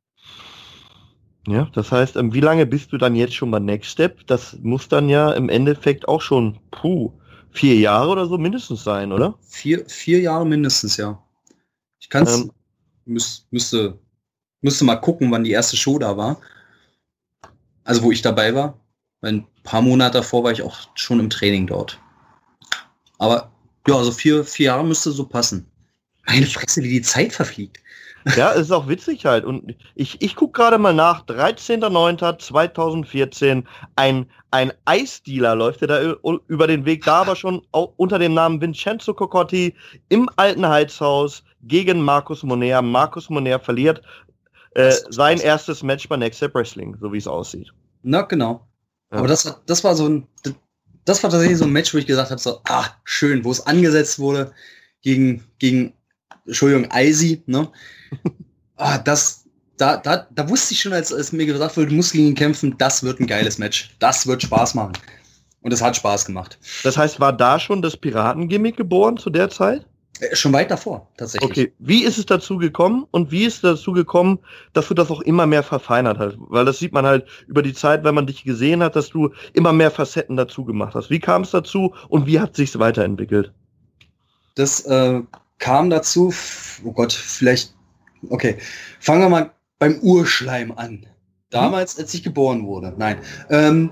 Ja, das heißt, wie lange bist du dann jetzt schon bei Next Step? Das muss dann ja im Endeffekt auch schon, puh, vier Jahre oder so mindestens sein, oder? Vier, vier Jahre mindestens, ja. Ich kann's, ähm, müß, müsste, müsste mal gucken, wann die erste Show da war. Also wo ich dabei war. Ein paar Monate davor war ich auch schon im Training dort. Aber ja, also vier, vier Jahre müsste so passen. Meine Fresse, wie die Zeit verfliegt. Ja, es ist auch witzig halt. Und ich, ich gucke gerade mal nach, dreizehnter neunter zweitausendvierzehn, ein, ein Eisdealer läuft ja da über den Weg, da aber schon unter dem Namen Vincenzo Cocotti im alten Heizhaus gegen Markus Moner. Markus Moner verliert äh, sein erstes Match bei Next Step Wrestling, so wie es aussieht. Na, genau. Ja. Aber das, das war so ein, das war tatsächlich so ein Match, wo ich gesagt habe, so, ah, schön, wo es angesetzt wurde gegen, gegen, Entschuldigung, Eisi, ne? Ah, das, da, da, da wusste ich schon, als, als mir gesagt wurde, du musst gegen ihn kämpfen, das wird ein geiles Match. Das wird Spaß machen. Und es hat Spaß gemacht. Das heißt, war da schon das Piratengimmick geboren zu der Zeit? Äh, schon weit davor, tatsächlich. Okay, wie ist es dazu gekommen und wie ist es dazu gekommen, dass du das auch immer mehr verfeinert hast? Weil das sieht man halt über die Zeit, wenn man dich gesehen hat, dass du immer mehr Facetten dazu gemacht hast. Wie kam es dazu und wie hat es sich weiterentwickelt? Das äh, kam dazu, oh Gott, vielleicht, okay, fangen wir mal beim Urschleim an. Damals, als ich geboren wurde. Nein. Ähm,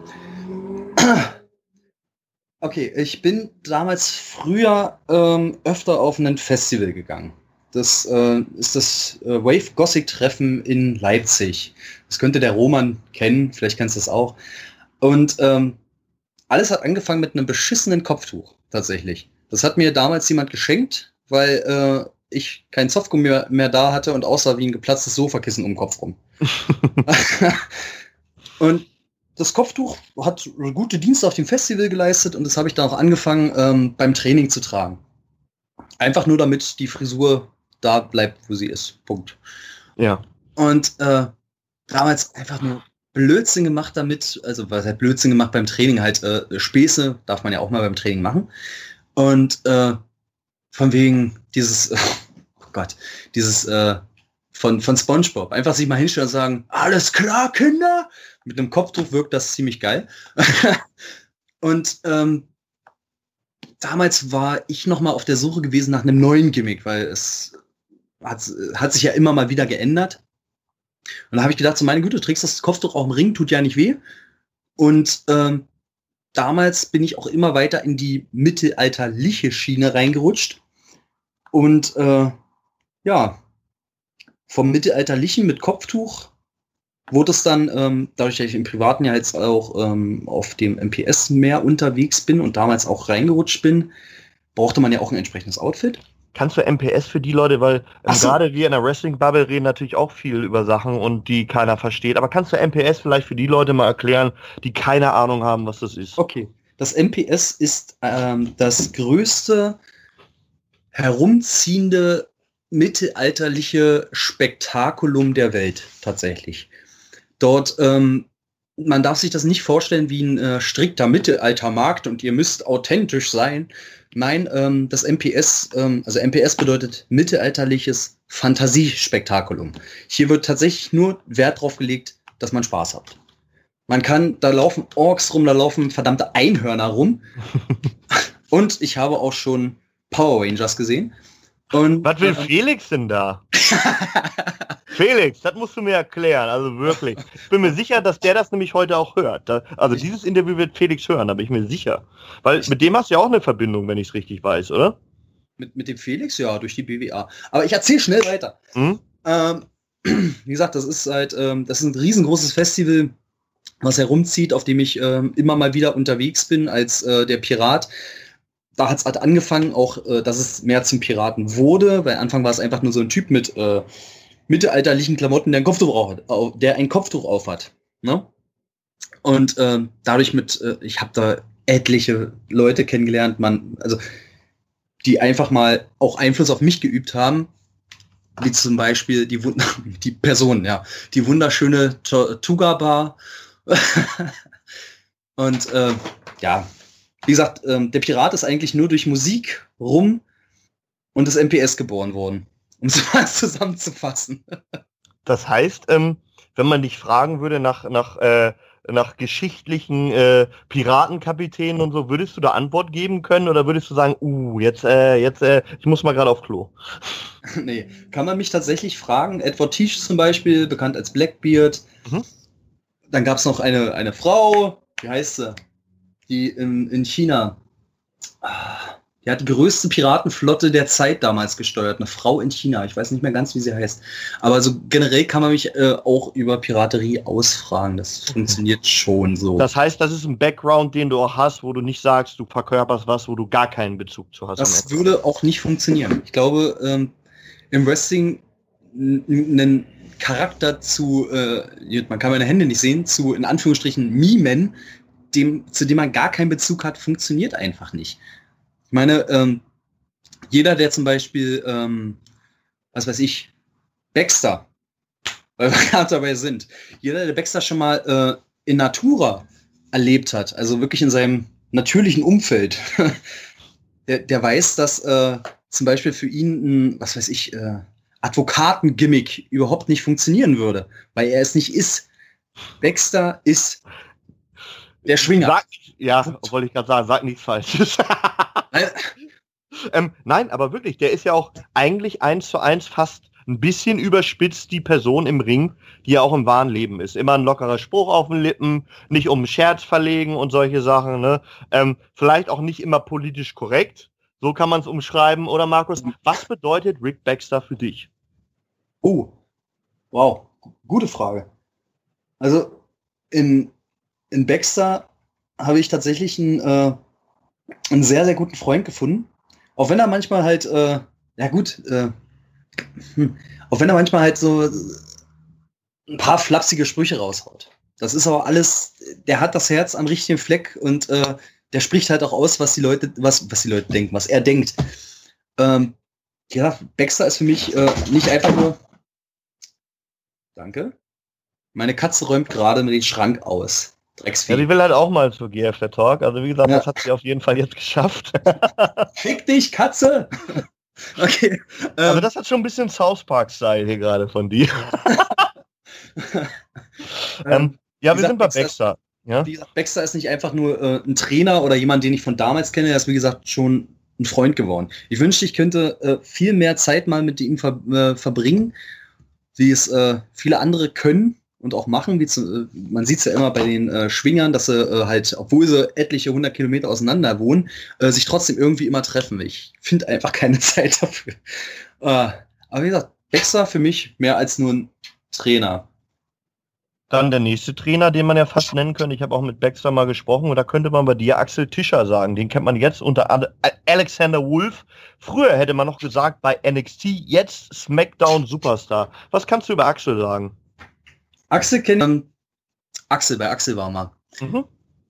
okay, ich bin damals früher ähm, öfter auf ein Festival gegangen. Das äh, ist das äh, Wave Gothic Treffen in Leipzig. Das könnte der Roman kennen, vielleicht kennst du das auch. Und ähm, alles hat angefangen mit einem beschissenen Kopftuch, tatsächlich. Das hat mir damals jemand geschenkt, weil äh, ich kein Softgummi mehr, mehr da hatte und aussah wie ein geplatztes Sofakissen um den Kopf rum. Und das Kopftuch hat gute Dienste auf dem Festival geleistet und das habe ich dann auch angefangen ähm, beim Training zu tragen. Einfach nur, damit die Frisur da bleibt, wo sie ist. Punkt. Ja. Und äh, damals einfach nur Blödsinn gemacht damit, also was halt Blödsinn gemacht beim Training, halt äh, Späße darf man ja auch mal beim Training machen. Und äh, von wegen dieses, oh Gott, dieses äh, von, von SpongeBob. Einfach sich mal hinstellen und sagen, alles klar, Kinder? Mit einem Kopftuch wirkt das ziemlich geil. Und ähm, damals war ich noch mal auf der Suche gewesen nach einem neuen Gimmick, weil es hat, hat sich ja immer mal wieder geändert. Und da habe ich gedacht, so meine Güte, du trägst das Kopftuch auch im Ring, tut ja nicht weh. Und ähm, damals bin ich auch immer weiter in die mittelalterliche Schiene reingerutscht. Und äh, ja, vom Mittelalterlichen mit Kopftuch wurde es dann, ähm, dadurch, dass ich im Privaten ja jetzt auch ähm, auf dem M P S mehr unterwegs bin und damals auch reingerutscht bin, brauchte man ja auch ein entsprechendes Outfit. Kannst du M P S für die Leute, weil ähm, so. gerade wir in der Wrestling-Bubble reden natürlich auch viel über Sachen und die keiner versteht, aber kannst du M P S vielleicht für die Leute mal erklären, die keine Ahnung haben, was das ist? Okay, das M P S ist ähm, das größte herumziehende mittelalterliche Spektakulum der Welt, tatsächlich. Dort, ähm, man darf sich das nicht vorstellen wie ein äh, strikter Mittelaltermarkt und ihr müsst authentisch sein. Nein, ähm, das M P S, ähm, also M P S bedeutet mittelalterliches Fantasiespektakulum. Hier wird tatsächlich nur Wert drauf gelegt, dass man Spaß hat. Man kann, da laufen Orks rum, da laufen verdammte Einhörner rum. Und ich habe auch schon Power Rangers gesehen. Und, was will äh, Felix denn da? Felix, das musst du mir erklären, also wirklich. Ich bin mir sicher, dass der das nämlich heute auch hört. Da, also dieses Interview wird Felix hören, da bin ich mir sicher. Weil mit dem hast du ja auch eine Verbindung, wenn ich es richtig weiß, oder? Mit, mit dem Felix? Ja, durch die B W A. Aber ich erzähle schnell weiter. Hm? Ähm, wie gesagt, das ist halt, ähm, das ist ein riesengroßes Festival, was herumzieht, auf dem ich ähm, immer mal wieder unterwegs bin als äh, der Pirat. Da hat es halt angefangen, auch, äh, dass es mehr zum Piraten wurde, weil Anfang war es einfach nur so ein Typ mit äh, mittelalterlichen Klamotten, der ein Kopftuch auf, der ein Kopftuch auf hat. Ne? Und ähm, dadurch mit, äh, ich habe da etliche Leute kennengelernt, man, also die einfach mal auch Einfluss auf mich geübt haben, wie zum Beispiel die, die Person, ja, die wunderschöne Tuga Bar. Und äh, ja, wie gesagt, ähm, der Pirat ist eigentlich nur durch Musik, Rum und das M P S geboren worden, um es mal zusammenzufassen. Das heißt, ähm, wenn man dich fragen würde nach, nach, äh, nach geschichtlichen äh, Piratenkapitänen und so, würdest du da Antwort geben können oder würdest du sagen, uh, jetzt, äh, jetzt, äh, ich muss mal gerade auf Klo? Nee, kann man mich tatsächlich fragen. Edward Teach zum Beispiel, bekannt als Blackbeard. Mhm. Dann gab es noch eine, eine Frau, wie heißt sie? Die in, in China, die hat die größte Piratenflotte der Zeit damals gesteuert. Eine Frau in China, ich weiß nicht mehr ganz, wie sie heißt. Aber so generell kann man mich äh, auch über Piraterie ausfragen. Das funktioniert schon so. Das heißt, das ist ein Background, den du auch hast, wo du nicht sagst, du verkörperst was, wo du gar keinen Bezug zu hast. Das würde auch nicht funktionieren. Ich glaube, ähm, im Wrestling einen Charakter zu, äh, man kann meine Hände nicht sehen, zu in Anführungsstrichen Mimen, dem, zu dem man gar keinen Bezug hat, funktioniert einfach nicht. Ich meine, ähm, jeder, der zum Beispiel, ähm, was weiß ich, Baxter, weil wir gerade dabei sind, jeder, der Baxter schon mal äh, in Natura erlebt hat, also wirklich in seinem natürlichen Umfeld, der, der weiß, dass äh, zum Beispiel für ihn ein, was weiß ich, äh, Advokatengimmick überhaupt nicht funktionieren würde, weil er es nicht ist. Baxter ist der Schwinger. Sag, ja, wollte ich gerade sagen, sag nichts Falsches. ähm, nein, aber wirklich, der ist ja auch eigentlich eins zu eins fast ein bisschen überspitzt die Person im Ring, die ja auch im wahren Leben ist. Immer ein lockerer Spruch auf den Lippen, nicht um einen Scherz verlegen und solche Sachen. Ne? Ähm, vielleicht auch nicht immer politisch korrekt, so kann man es umschreiben. Oder Markus, was bedeutet Rick Baxter für dich? Oh, wow, gute Frage. Also in In Baxter habe ich tatsächlich einen, äh, einen sehr, sehr guten Freund gefunden. Auch wenn er manchmal halt, äh, ja gut, äh, hm, auch wenn er manchmal halt so ein paar flapsige Sprüche raushaut. Das ist aber alles, der hat das Herz am richtigen Fleck und äh, der spricht halt auch aus, was die Leute, was, was die Leute denken, was er denkt. Ähm, ja, Baxter ist für mich äh, nicht einfach nur. Danke. Meine Katze räumt gerade den Schrank aus. Drecksvieh. Ja, die will halt auch mal zu G F der Talk. Also wie gesagt, ja. Das hat sie auf jeden Fall jetzt geschafft. Fick dich, Katze! Okay. Also ähm, das hat schon ein bisschen South Park-Style hier gerade von dir. ähm, ja, wir gesagt, sind bei Baxter. Baxter. Ja? Wie gesagt, Baxter ist nicht einfach nur äh, ein Trainer oder jemand, den ich von damals kenne. Er ist, wie gesagt, schon ein Freund geworden. Ich wünschte, ich könnte äh, viel mehr Zeit mal mit ihm ver äh, verbringen, wie es äh, viele andere können. und auch machen. Wie zu, man sieht es ja immer bei den äh, Schwingern, dass sie äh, halt, obwohl sie etliche hundert Kilometer auseinander wohnen, äh, sich trotzdem irgendwie immer treffen. Ich finde einfach keine Zeit dafür. Äh, aber wie gesagt, Baxter für mich mehr als nur ein Trainer. Dann der nächste Trainer, den man ja fast nennen könnte. Ich habe auch mit Baxter mal gesprochen und da könnte man bei dir Axel Tischer sagen. Den kennt man jetzt unter Alexander Wolf. Früher hätte man noch gesagt bei N X T, jetzt SmackDown Superstar. Was kannst du über Axel sagen? Axel kennt ähm, Axel, bei Axel war mal. Mhm.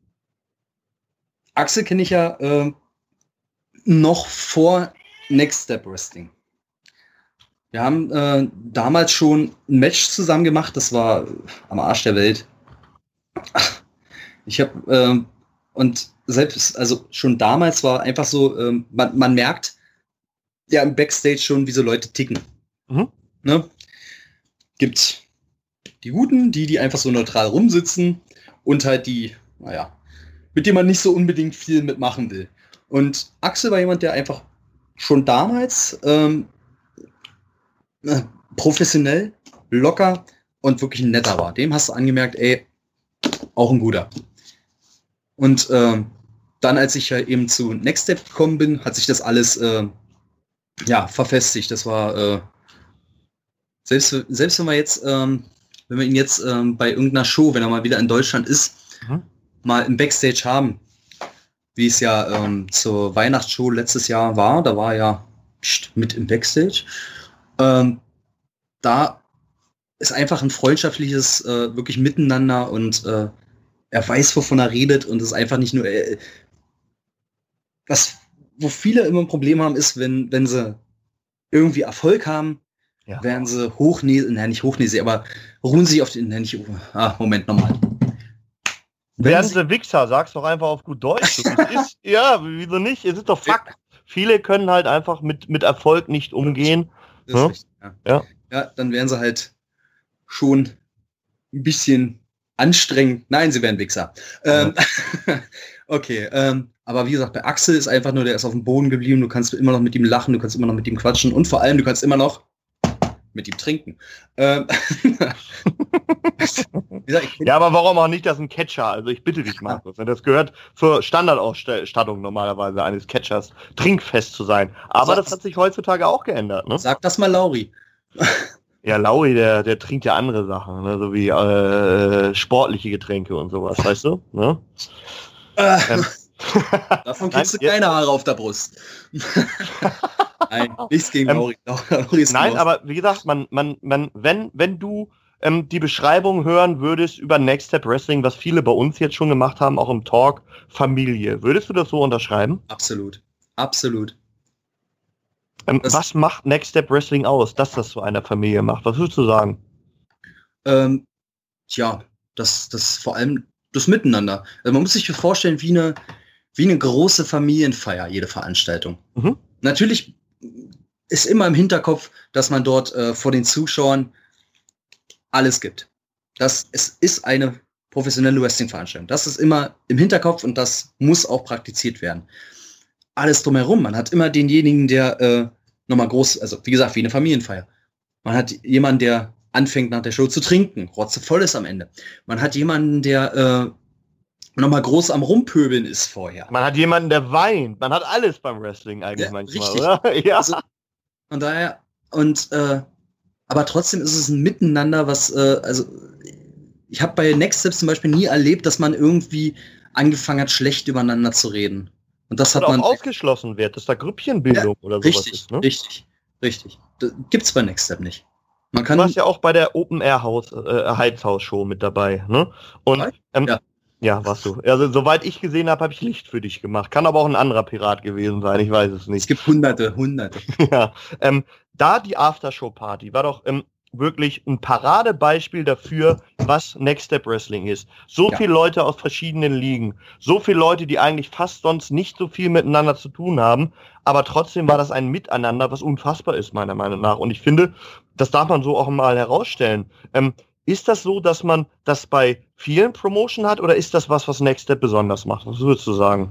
Axel kenne ich ja äh, noch vor Next Step Wrestling. Wir haben äh, damals schon ein Match zusammen gemacht, das war am Arsch der Welt. Ich habe äh, und selbst, also schon damals war einfach so, äh, man, man merkt ja im Backstage schon, wie so Leute ticken. Mhm. Ne? Gibt die Guten, die, die einfach so neutral rumsitzen und halt die, naja, mit denen man nicht so unbedingt viel mitmachen will. Und Axel war jemand, der einfach schon damals ähm, professionell, locker und wirklich ein netter war. Dem hast du angemerkt, ey, auch ein guter. Und äh, dann, als ich ja eben zu Next Step gekommen bin, hat sich das alles äh, ja, verfestigt. Das war äh, selbst, selbst wenn wir jetzt, ähm, wenn wir ihn jetzt ähm, bei irgendeiner Show, wenn er mal wieder in Deutschland ist, mhm. mal im Backstage haben, wie es ja ähm, zur Weihnachtsshow letztes Jahr war, da war er ja pst, mit im Backstage. Ähm, da ist einfach ein freundschaftliches, äh, wirklich Miteinander und äh, er weiß, wovon er redet und es ist einfach nicht nur, äh, was, wo viele immer ein Problem haben, ist, wenn, wenn sie irgendwie Erfolg haben, ja. werden sie hochnäsig, nein, nicht hochnäsig, aber ruhen sich auf den, nein, nicht, ah, Moment, nochmal. Werden sie Wichser, sag's doch einfach auf gut Deutsch. Es ist, ja, wieso nicht? Es ist doch Fakt. Viele können halt einfach mit, mit Erfolg nicht umgehen. Das ist richtig, ja. Ja. Ja, dann wären sie halt schon ein bisschen anstrengend. Nein, sie wären Wichser. Ähm, okay, ähm, aber wie gesagt, bei Axel ist einfach nur, der ist auf dem Boden geblieben, du kannst immer noch mit ihm lachen, du kannst immer noch mit ihm quatschen und vor allem, du kannst immer noch mit ihm trinken. Ähm, gesagt, ja, aber warum auch nicht das ein Catcher? Also ich bitte dich, Markus. Das gehört zur Standardausstattung normalerweise eines Catchers, trinkfest zu sein. Aber sag, das hat sich heutzutage auch geändert. Ne? Sag das mal Lauri. Ja, Lauri, der, der trinkt ja andere Sachen, ne? So wie äh, sportliche Getränke und sowas, weißt du? Ne? Äh, ähm. Davon kriegst du keine Haare auf der Brust. Nein, nichts gegen ähm, Lauri. Lauri ist Nein, groß. aber wie gesagt, man, man, man, wenn, wenn du ähm, die Beschreibung hören würdest über Next Step Wrestling, was viele bei uns jetzt schon gemacht haben, auch im Talk, Familie, würdest du das so unterschreiben? Absolut. Absolut. Ähm, was macht Next Step Wrestling aus, dass das so eine Familie macht? Was würdest du sagen? Ähm, tja, das, das vor allem das Miteinander. Also man muss sich vorstellen, wie eine, wie eine große Familienfeier, jede Veranstaltung. Mhm. Natürlich ist immer im Hinterkopf, dass man dort äh, vor den Zuschauern alles gibt. Das, es ist eine professionelle Wrestling-Veranstaltung. Das ist immer im Hinterkopf und das muss auch praktiziert werden. Alles drumherum. Man hat immer denjenigen, der äh, nochmal groß, also wie gesagt, wie eine Familienfeier. Man hat jemanden, der anfängt nach der Show zu trinken, rotzevoll ist am Ende. Man hat jemanden, der äh, nochmal groß am Rumpöbeln ist vorher. Man hat jemanden, der weint. Man hat alles beim Wrestling eigentlich ja, manchmal, richtig. Oder? Ja. Also, von daher, und äh, aber trotzdem ist es ein Miteinander, was, äh, also ich habe bei Next Steps zum Beispiel nie erlebt, dass man irgendwie angefangen hat, schlecht übereinander zu reden. Und das hat oder man auch ausgeschlossen wird, dass da Grüppchenbildung ja, oder sowas richtig, ist. Ne? Richtig, richtig. Das gibt's bei Next Step nicht. Man kann du warst ja auch bei der Open Air House, äh, Heizhaus-Show mit dabei, ne? Und ähm, ja. ja, warst du. Also soweit ich gesehen habe, habe ich Licht für dich gemacht. Kann aber auch ein anderer Pirat gewesen sein, ich weiß es nicht. Es gibt hunderte, hunderte. ja, ähm, da die Aftershow-Party war doch ähm, wirklich ein Paradebeispiel dafür, was Next Step Wrestling ist. So ja. viele Leute aus verschiedenen Ligen, so viele Leute, die eigentlich fast sonst nicht so viel miteinander zu tun haben, aber trotzdem war das ein Miteinander, was unfassbar ist, meiner Meinung nach. Und ich finde, das darf man so auch mal herausstellen. Ähm, ist das so, dass man das bei vielen Promotion hat, oder ist das was, was Next Step besonders macht? Was würdest du sagen?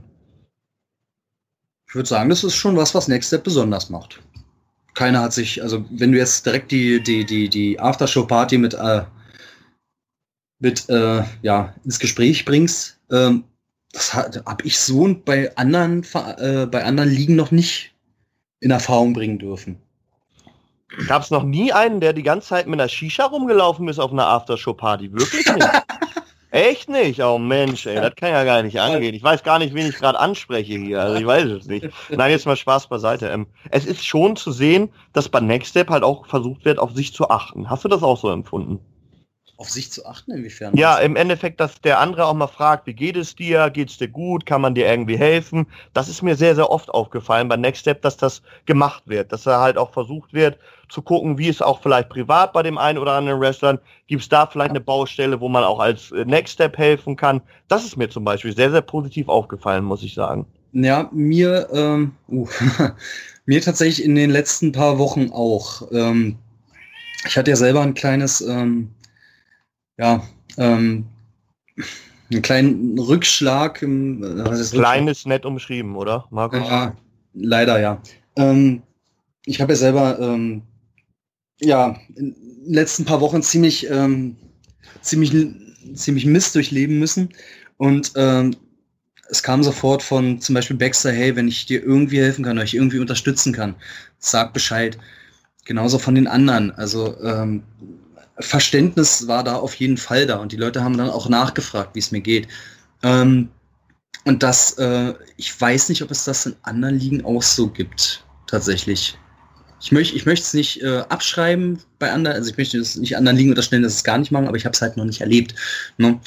Ich würde sagen, das ist schon was, was Next Step besonders macht. Keiner hat sich, also wenn du jetzt direkt die, die, die, die Aftershow-Party mit, äh, mit äh, ja, ins Gespräch bringst. Ähm, das habe ich so bei anderen, äh, bei anderen Ligen noch nicht in Erfahrung bringen dürfen. Gab es noch nie einen, der die ganze Zeit mit einer Shisha rumgelaufen ist auf einer Aftershow-Party? Wirklich nicht? Echt nicht? Oh Mensch, ey, das kann ja gar nicht angehen. Ich weiß gar nicht, wen ich gerade anspreche hier. Also ich weiß es nicht. Nein, jetzt mal Spaß beiseite. Ähm, es ist schon zu sehen, dass bei Next Step halt auch versucht wird, auf sich zu achten. Hast du das auch so empfunden? Auf sich zu achten, inwiefern? Ja, im Endeffekt, dass der andere auch mal fragt, wie geht es dir? Geht's dir gut? Kann man dir irgendwie helfen? Das ist mir sehr, sehr oft aufgefallen bei Next Step, dass das gemacht wird. Dass da halt auch versucht wird, zu gucken, wie es auch vielleicht privat bei dem einen oder anderen Wrestlern, gibt es da vielleicht eine Baustelle, wo man auch als Next Step helfen kann. Das ist mir zum Beispiel sehr, sehr positiv aufgefallen, muss ich sagen. Ja, mir, ähm, uh, mir tatsächlich in den letzten paar Wochen auch. Ähm, ich hatte ja selber ein kleines, ähm, ja, ähm, einen kleinen Rückschlag. Im, was ist Klein Rückschlag? ist nett umschrieben, oder, Markus? Ja, leider ja. Ähm, ich habe ja selber ähm, ja, in den letzten paar Wochen ziemlich, ähm, ziemlich, ziemlich Mist durchleben müssen. Und ähm, es kam sofort von zum Beispiel Baxter, hey, wenn ich dir irgendwie helfen kann oder ich irgendwie unterstützen kann, sag Bescheid. Genauso von den anderen. Also ähm, Verständnis war da auf jeden Fall da und die Leute haben dann auch nachgefragt, wie es mir geht. Ähm, und das, äh, ich weiß nicht, ob es das in anderen Ligen auch so gibt, tatsächlich. Ich möchte ich möchte es nicht äh, abschreiben bei anderen, also ich möchte es nicht anderen Ligen unterstellen, dass es gar nicht machen, aber ich habe es halt noch nicht erlebt. Ne?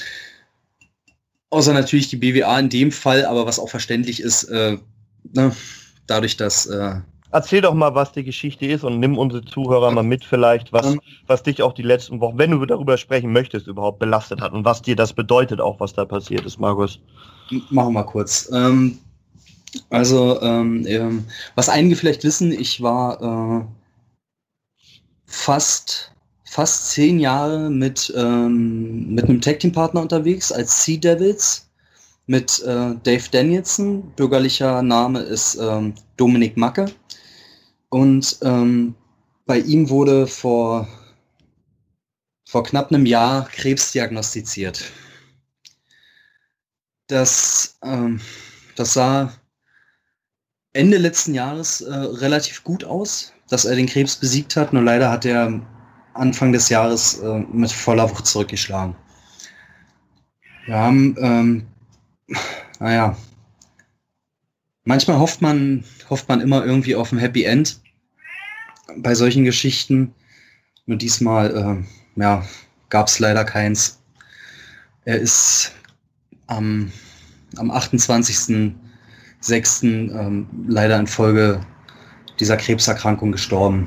Außer natürlich die B W A in dem Fall, aber was auch verständlich ist, äh, ne? Dadurch, dass... Äh, Erzähl doch mal, was die Geschichte ist und nimm unsere Zuhörer mal mit vielleicht, was, ähm, was dich auch die letzten Wochen, wenn du darüber sprechen möchtest, überhaupt belastet hat und was dir das bedeutet auch, was da passiert ist, Markus. Machen wir mal kurz. Ähm, also, ähm, ähm, was einige vielleicht wissen, ich war äh, fast, fast zehn Jahre mit, ähm, mit einem Tag-Team-Partner unterwegs als Sea Devils mit äh, Dave Danielson. Bürgerlicher Name ist ähm, Dominik Macke. Und ähm, bei ihm wurde vor, vor knapp einem Jahr Krebs diagnostiziert. Das, ähm, das sah Ende letzten Jahres äh, relativ gut aus, dass er den Krebs besiegt hat. Nur leider hat er Anfang des Jahres äh, mit voller Wucht zurückgeschlagen. Wir haben, ähm, naja, manchmal hofft man, hofft man immer irgendwie auf ein Happy End bei solchen Geschichten. Nur diesmal, äh, ja, gab es leider keins. Er ist am, am achtundzwanzigsten sechsten Ähm, leider infolge dieser Krebserkrankung gestorben.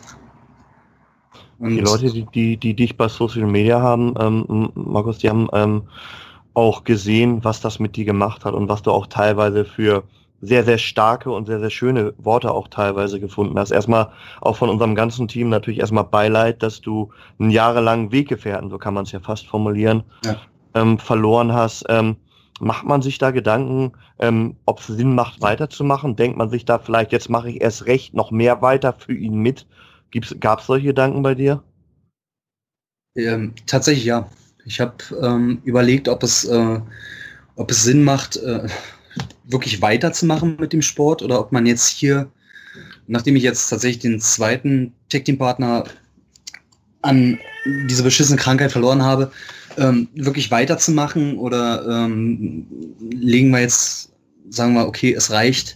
Und die Leute, die, die, die dich bei Social Media haben, ähm, Markus, die haben ähm, auch gesehen, was das mit dir gemacht hat und was du auch teilweise für sehr, sehr starke und sehr, sehr schöne Worte auch teilweise gefunden hast. Erstmal auch von unserem ganzen Team natürlich erstmal Beileid, dass du einen jahrelangen Weggefährten, so kann man es ja fast formulieren, ja. ähm, verloren hast. Ähm, macht man sich da Gedanken, ähm, ob es Sinn macht, weiterzumachen? Denkt man sich da vielleicht, jetzt mache ich erst recht noch mehr weiter für ihn mit? Gab es solche Gedanken bei dir? Ähm, tatsächlich ja. Ich habe ähm, überlegt, ob es, äh, ob es Sinn macht, äh, wirklich weiterzumachen mit dem Sport oder ob man jetzt hier, nachdem ich jetzt tatsächlich den zweiten Tag-Team-Partner an diese beschissene Krankheit verloren habe, ähm, wirklich weiterzumachen oder ähm, legen wir jetzt, sagen wir, okay, es reicht.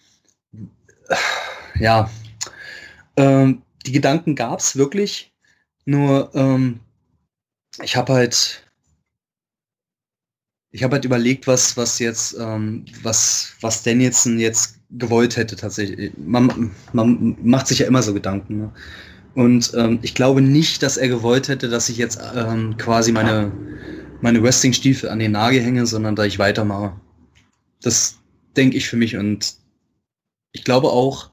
Ja, ähm, die Gedanken gab es wirklich, nur ähm, ich habe halt ich habe halt überlegt, was was jetzt ähm, was was Danielson jetzt gewollt hätte tatsächlich. Man, man macht sich ja immer so Gedanken. Ne? Und ähm, ich glaube nicht, dass er gewollt hätte, dass ich jetzt ähm, quasi meine meine Wrestling-Stiefel an den Nagel hänge, sondern da ich weitermache. Das denke ich für mich und ich glaube auch,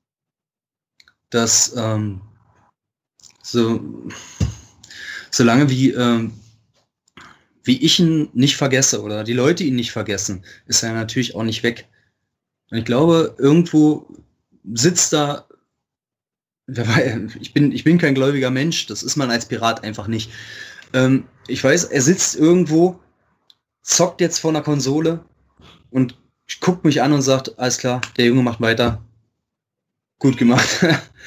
dass ähm, so solange wie ähm, wie ich ihn nicht vergesse oder die Leute ihn nicht vergessen, ist er natürlich auch nicht weg. Und ich glaube, irgendwo sitzt da, ich bin, ich bin kein gläubiger Mensch, das ist man als Pirat einfach nicht. Ähm, ich weiß, er sitzt irgendwo, zockt jetzt vor einer Konsole und guckt mich an und sagt, alles klar, der Junge macht weiter. Gut gemacht.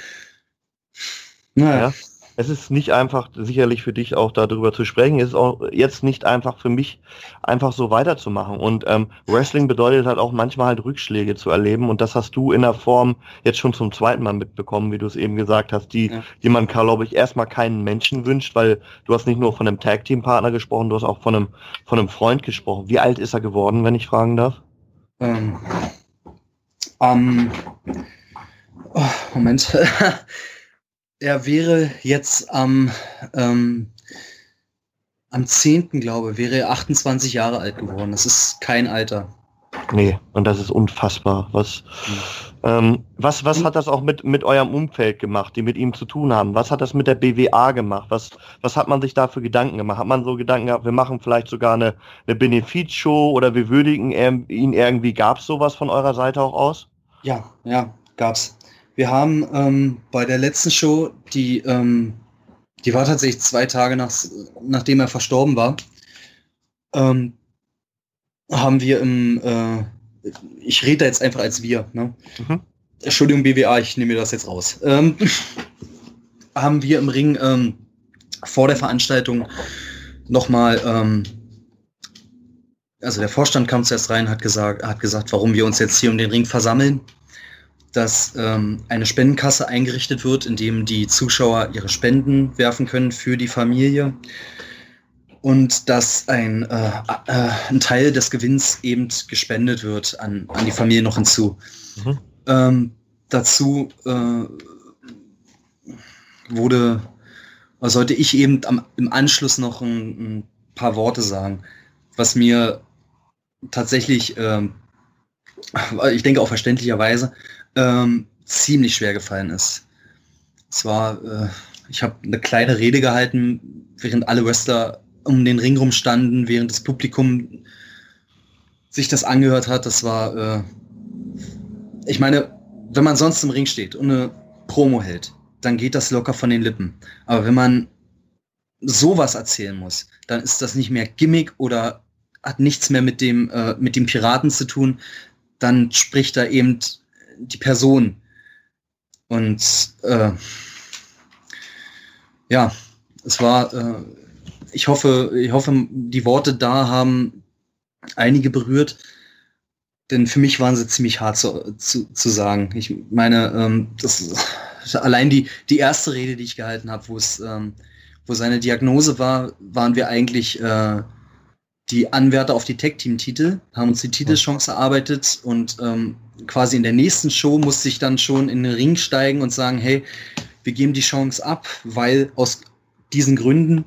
Naja. Ja. Es ist nicht einfach, sicherlich für dich auch darüber zu sprechen, es ist auch jetzt nicht einfach für mich, einfach so weiterzumachen. Und ähm, Wrestling bedeutet halt auch manchmal halt Rückschläge zu erleben. Und das hast du in der Form jetzt schon zum zweiten Mal mitbekommen, wie du es eben gesagt hast, die, ja. die man, glaube ich, erstmal keinen Menschen wünscht, weil du hast nicht nur von einem Tag-Team-Partner gesprochen, du hast auch von einem, von einem Freund gesprochen. Wie alt ist er geworden, wenn ich fragen darf? Ähm, ähm, oh, Moment. Er wäre jetzt am, ähm, am zehnten glaube ich, wäre er achtundzwanzig Jahre alt geworden. Das ist kein Alter. Nee, und das ist unfassbar. Was, mhm. ähm, was, was hat das auch mit, mit eurem Umfeld gemacht, die mit ihm zu tun haben? Was hat das mit der B W A gemacht? Was, was hat man sich da für Gedanken gemacht? Hat man so Gedanken gehabt, wir machen vielleicht sogar eine, eine Benefizshow oder wir würdigen ihn irgendwie? Gab es sowas von eurer Seite auch aus? Ja, ja, gab's. Wir haben ähm, bei der letzten Show, die, ähm, die war tatsächlich zwei Tage nach, nachdem er verstorben war, ähm, haben wir im, äh, ich rede da jetzt einfach als wir, ne? Mhm. Entschuldigung B W A, ich nehme mir das jetzt raus, ähm, haben wir im Ring ähm, vor der Veranstaltung nochmal, ähm, also der Vorstand kam zuerst rein, hat gesagt, hat gesagt, warum wir uns jetzt hier um den Ring versammeln, dass ähm, eine Spendenkasse eingerichtet wird, in dem die Zuschauer ihre Spenden werfen können für die Familie und dass ein, äh, äh, ein Teil des Gewinns eben gespendet wird an, an die Familie noch hinzu. Mhm. Ähm, dazu äh, wurde, sollte ich eben am, im Anschluss noch ein, ein paar Worte sagen, was mir tatsächlich, äh, ich denke auch verständlicherweise, Ähm, ziemlich schwer gefallen ist. Es war, äh, ich habe eine kleine Rede gehalten, während alle Wrestler um den Ring rum standen, während das Publikum sich das angehört hat. Das war, äh, ich meine, wenn man sonst im Ring steht und eine Promo hält, dann geht das locker von den Lippen. Aber wenn man sowas erzählen muss, dann ist das nicht mehr Gimmick oder hat nichts mehr mit dem, äh, mit dem Piraten zu tun. Dann spricht da eben die Person. Und äh, ja, es war, äh, ich hoffe, ich hoffe, die Worte da haben einige berührt, denn für mich waren sie ziemlich hart zu, zu, zu sagen. Ich meine, ähm, das allein die, die erste Rede, die ich gehalten habe, wo es, ähm, wo seine Diagnose war, waren wir eigentlich äh, die Anwärter auf die Tag-Team-Titel, haben uns die Titelchance erarbeitet und ähm, quasi in der nächsten Show musste ich dann schon in den Ring steigen und sagen, hey, wir geben die Chance ab, weil aus diesen Gründen,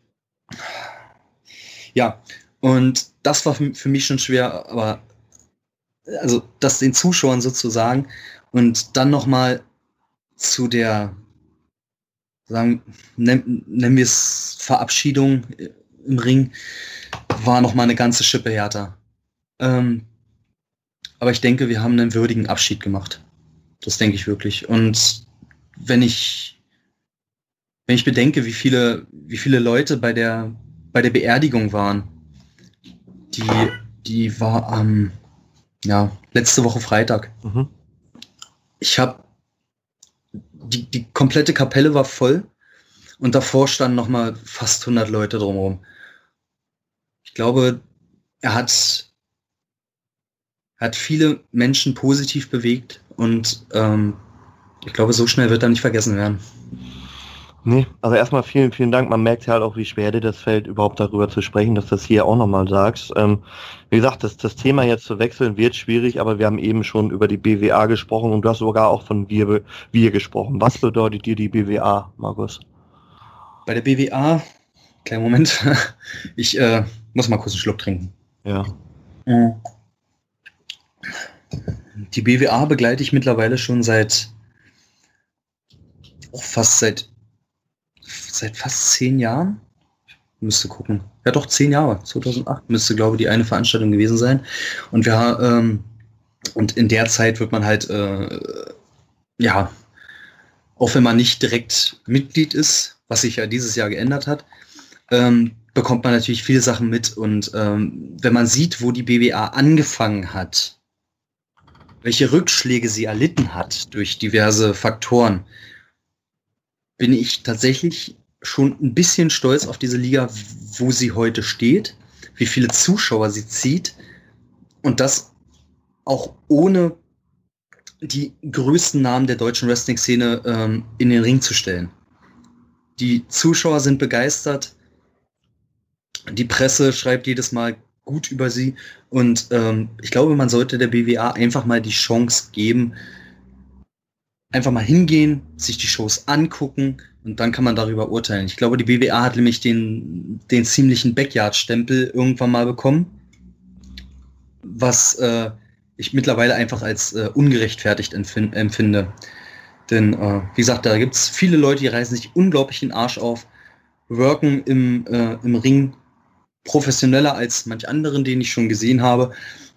ja, und das war für mich schon schwer, aber also das den Zuschauern sozusagen und dann nochmal zu der, sagen, nennen wir es Verabschiedung im Ring, war noch mal eine ganze Schippe härter. Ähm, aber ich denke, wir haben einen würdigen Abschied gemacht. Das denke ich wirklich. Und wenn ich, wenn ich bedenke, wie viele, wie viele Leute bei der, bei der Beerdigung waren, die, die war am, ähm, ja, letzte Woche Freitag. Mhm. Ich habe, die, die komplette Kapelle war voll und davor standen noch mal fast hundert Leute drumherum. Ich glaube, er hat, hat viele Menschen positiv bewegt und ähm, ich glaube, so schnell wird er nicht vergessen werden. Nee, also erstmal vielen, vielen Dank. Man merkt halt auch, wie schwer dir das fällt, überhaupt darüber zu sprechen, dass du das hier auch nochmal sagst. Ähm, wie gesagt, das, das Thema jetzt zu wechseln wird schwierig, aber wir haben eben schon über die B W A gesprochen und du hast sogar auch von wir, wir gesprochen. Was bedeutet dir die B W A, Markus? Bei der B W A, kleinen Moment, ich äh, muss mal kurz einen Schluck trinken. Ja. Die B W A begleite ich mittlerweile schon seit, auch fast seit seit fast zehn Jahren. Müsste gucken. Ja doch, zehn Jahre. zweitausendacht müsste, glaube ich, die eine Veranstaltung gewesen sein. Und wir ähm, und in der Zeit wird man halt äh, ja, auch wenn man nicht direkt Mitglied ist, was sich ja dieses Jahr geändert hat, ähm, bekommt man natürlich viele Sachen mit. Und ähm, wenn man sieht, wo die B W A angefangen hat, welche Rückschläge sie erlitten hat durch diverse Faktoren, bin ich tatsächlich schon ein bisschen stolz auf diese Liga, wo sie heute steht, wie viele Zuschauer sie zieht und das auch ohne die größten Namen der deutschen Wrestling-Szene ähm, in den Ring zu stellen. Die Zuschauer sind begeistert, die Presse schreibt jedes Mal gut über sie und ähm, ich glaube, man sollte der B W A einfach mal die Chance geben, einfach mal hingehen, sich die Shows angucken und dann kann man darüber urteilen. Ich glaube, die B W A hat nämlich den, den ziemlichen Backyard-Stempel irgendwann mal bekommen, was äh, ich mittlerweile einfach als äh, ungerechtfertigt empfin- empfinde. Denn, äh, wie gesagt, da gibt es viele Leute, die reißen sich unglaublich den Arsch auf, worken im, äh, im Ring professioneller als manch anderen, den ich schon gesehen habe.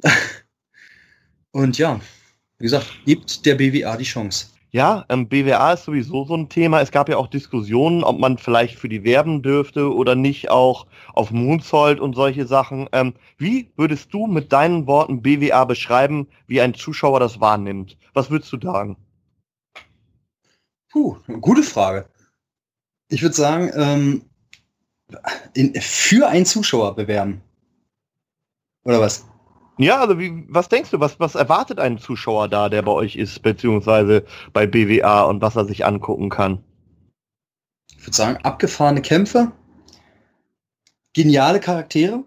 Und ja, wie gesagt, gibt der B W A die Chance. Ja, ähm, B W A ist sowieso so ein Thema. Es gab ja auch Diskussionen, ob man vielleicht für die werben dürfte oder nicht, auch auf Moonsault und solche Sachen. Ähm, wie würdest du mit deinen Worten B W A beschreiben, wie ein Zuschauer das wahrnimmt? Was würdest du sagen? Puh, gute Frage. Ich würde sagen, ähm, in, für einen Zuschauer bewerben. Oder was? Ja, also wie, was denkst du, was, was erwartet ein Zuschauer da, der bei euch ist, beziehungsweise bei B W A und was er sich angucken kann? Ich würde sagen, abgefahrene Kämpfe, geniale Charaktere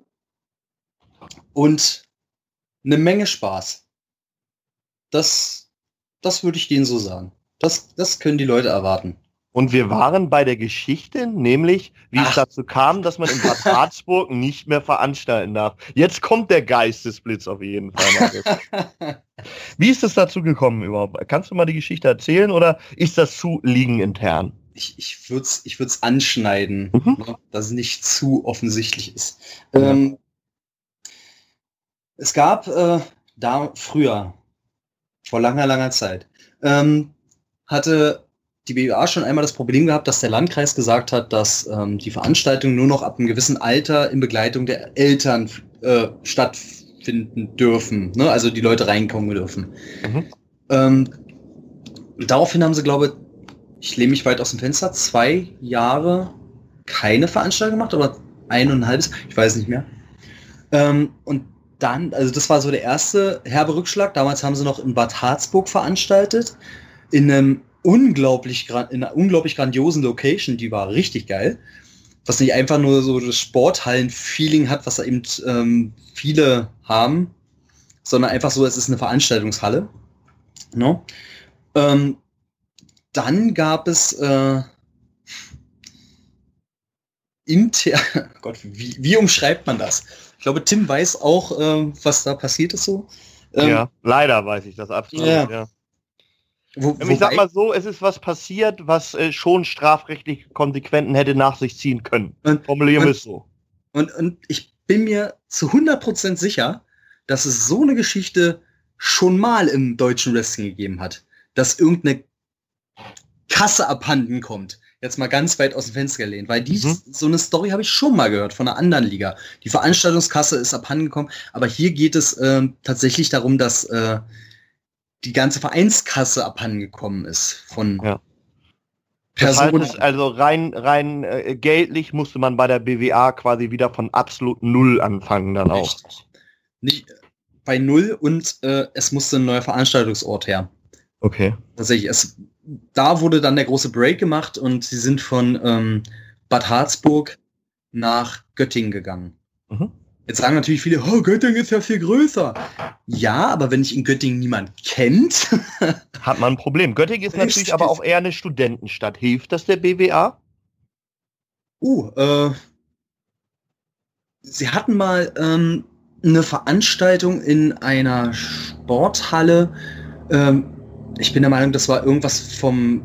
und eine Menge Spaß. Das, das würde ich denen so sagen. Das, das können die Leute erwarten. Und wir waren bei der Geschichte, nämlich, wie Ach. es dazu kam, dass man in Bad Harzburg nicht mehr veranstalten darf. Jetzt kommt der Geistesblitz auf jeden Fall. Wie ist es dazu gekommen überhaupt? Kannst du mal die Geschichte erzählen oder ist das zu liegen intern? Ich, ich würde es ich würd's anschneiden, Mhm. ne, dass es nicht zu offensichtlich ist. Ja. Ähm, es gab äh, da früher, vor langer, langer Zeit, ähm, hatte die B W A schon einmal das Problem gehabt, dass der Landkreis gesagt hat, dass ähm, die Veranstaltungen nur noch ab einem gewissen Alter in Begleitung der Eltern äh, stattfinden dürfen. Ne? Also die Leute reinkommen dürfen. Mhm. Ähm, daraufhin haben sie, glaube ich, lehne mich weit aus dem Fenster, zwei Jahre keine Veranstaltung gemacht, oder ein und ein halbes, ich weiß nicht mehr. Ähm, und dann, also das war so der erste herbe Rückschlag. Damals haben sie noch in Bad Harzburg veranstaltet, in einem unglaublich, in einer unglaublich grandiosen Location, die war richtig geil. Was nicht einfach nur so das Sporthallen-Feeling hat, was da eben ähm, viele haben, sondern einfach so, es ist eine Veranstaltungshalle. No? Ähm, dann gab es äh, inter... Gott, wie, wie umschreibt man das? Ich glaube, Tim weiß auch, äh, was da passiert ist so. Ähm, Ja, leider weiß ich das absolut. Ja. Ja. Wo, Ich sag wobei- mal so, es ist was passiert, was äh, schon strafrechtliche Konsequenzen hätte nach sich ziehen können. Und- Formulieren und- wir es so. Und, und ich bin mir zu hundert Prozent sicher, dass es so eine Geschichte schon mal im deutschen Wrestling gegeben hat. Dass irgendeine Kasse abhanden kommt. Jetzt mal ganz weit aus dem Fenster gelehnt. Weil die, Mhm. so eine Story habe ich schon mal gehört von einer anderen Liga. Die Veranstaltungskasse ist abhanden gekommen. Aber hier geht es ähm, tatsächlich darum, dass äh, die ganze Vereinskasse abhanden gekommen ist. Von Ja. Das heißt, Personen. es- also rein, rein äh, geldlich musste man bei der B W A quasi wieder von absolut Null anfangen dann auch. Richtig. Nicht bei Null und äh, es musste ein neuer Veranstaltungsort her. Okay. Tatsächlich, es, da wurde dann der große Break gemacht und sie sind von ähm, Bad Harzburg nach Göttingen gegangen. Mhm. Jetzt sagen natürlich viele, oh, Göttingen ist ja viel größer. Ja, aber wenn ich in Göttingen niemand kennt, Hat man ein Problem. Göttingen ist natürlich Richtig. aber auch eher eine Studentenstadt. Hilft das der B W A? uh, äh, sie hatten mal ähm, eine Veranstaltung in einer Sporthalle. Ähm, ich bin der Meinung, das war irgendwas vom,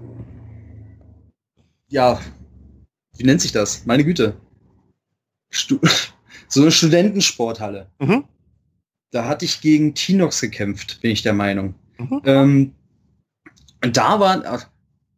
ja, wie nennt sich das? Meine Güte. Stu so eine Studentensporthalle. Mhm. Da hatte ich gegen Tinox gekämpft, bin ich der Meinung. Mhm. Ähm, und da war, ach,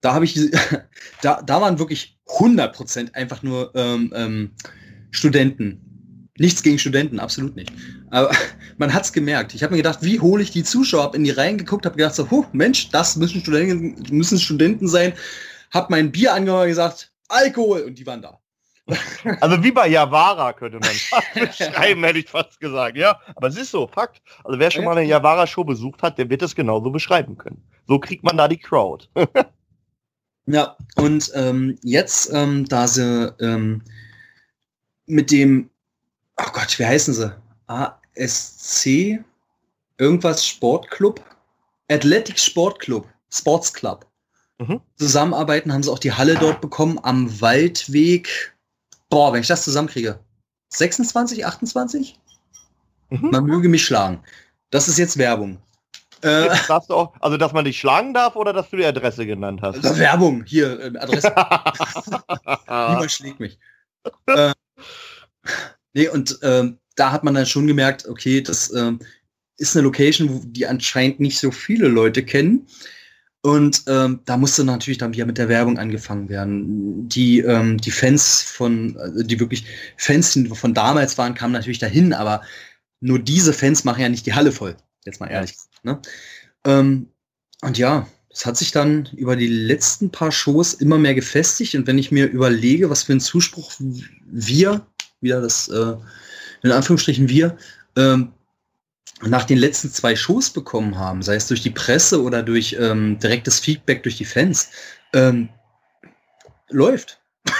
da habe ich, da, da waren wirklich hundert Prozent einfach nur ähm, ähm, Studenten. Nichts gegen Studenten, absolut nicht. Aber man hat's gemerkt. Ich habe mir gedacht, wie hole ich die Zuschauer ab, in die Reihen geguckt, habe gedacht so, huh, Mensch, das müssen Studenten, müssen Studenten sein. Hab mein Bier angehört und gesagt, Alkohol, und die waren da. Also wie bei Yavara könnte man fast beschreiben, hätte ich fast gesagt. Ja, aber es ist so, Fakt. Also wer schon mal eine Yavara-Show besucht hat, der wird es genauso beschreiben können. So kriegt man da die Crowd. Ja, und ähm, jetzt, ähm, da sie ähm, mit dem, oh Gott, wie heißen sie? A S C, irgendwas Sportclub? Athletic Sportclub, Sports Club. Mhm. Zusammenarbeiten, haben sie auch die Halle dort bekommen, am Waldweg. Boah, wenn ich das zusammenkriege. sechsundzwanzig, achtundzwanzig? Mhm. Man möge mich schlagen. Das ist jetzt Werbung. Äh, jetzt darfst du auch, also dass man dich schlagen darf oder dass du die Adresse genannt hast? Also Werbung, hier, äh, Adresse. Niemand schlägt mich. äh, nee, und äh, da hat man dann schon gemerkt, okay, das äh, ist eine Location, wo die anscheinend nicht so viele Leute kennen. Und ähm, da musste natürlich dann wieder mit der Werbung angefangen werden. Die, ähm, die Fans von, also die wirklich Fans die von damals waren, kamen natürlich dahin, aber nur diese Fans machen ja nicht die Halle voll. Jetzt mal ehrlich. Ne? Ähm, und ja, das hat sich dann über die letzten paar Shows immer mehr gefestigt. Und wenn ich mir überlege, was für einen Zuspruch wir, wieder das, äh, in Anführungsstrichen wir, ähm, nach den letzten zwei Shows bekommen haben, sei es durch die Presse oder durch ähm, direktes Feedback durch die Fans, ähm, läuft.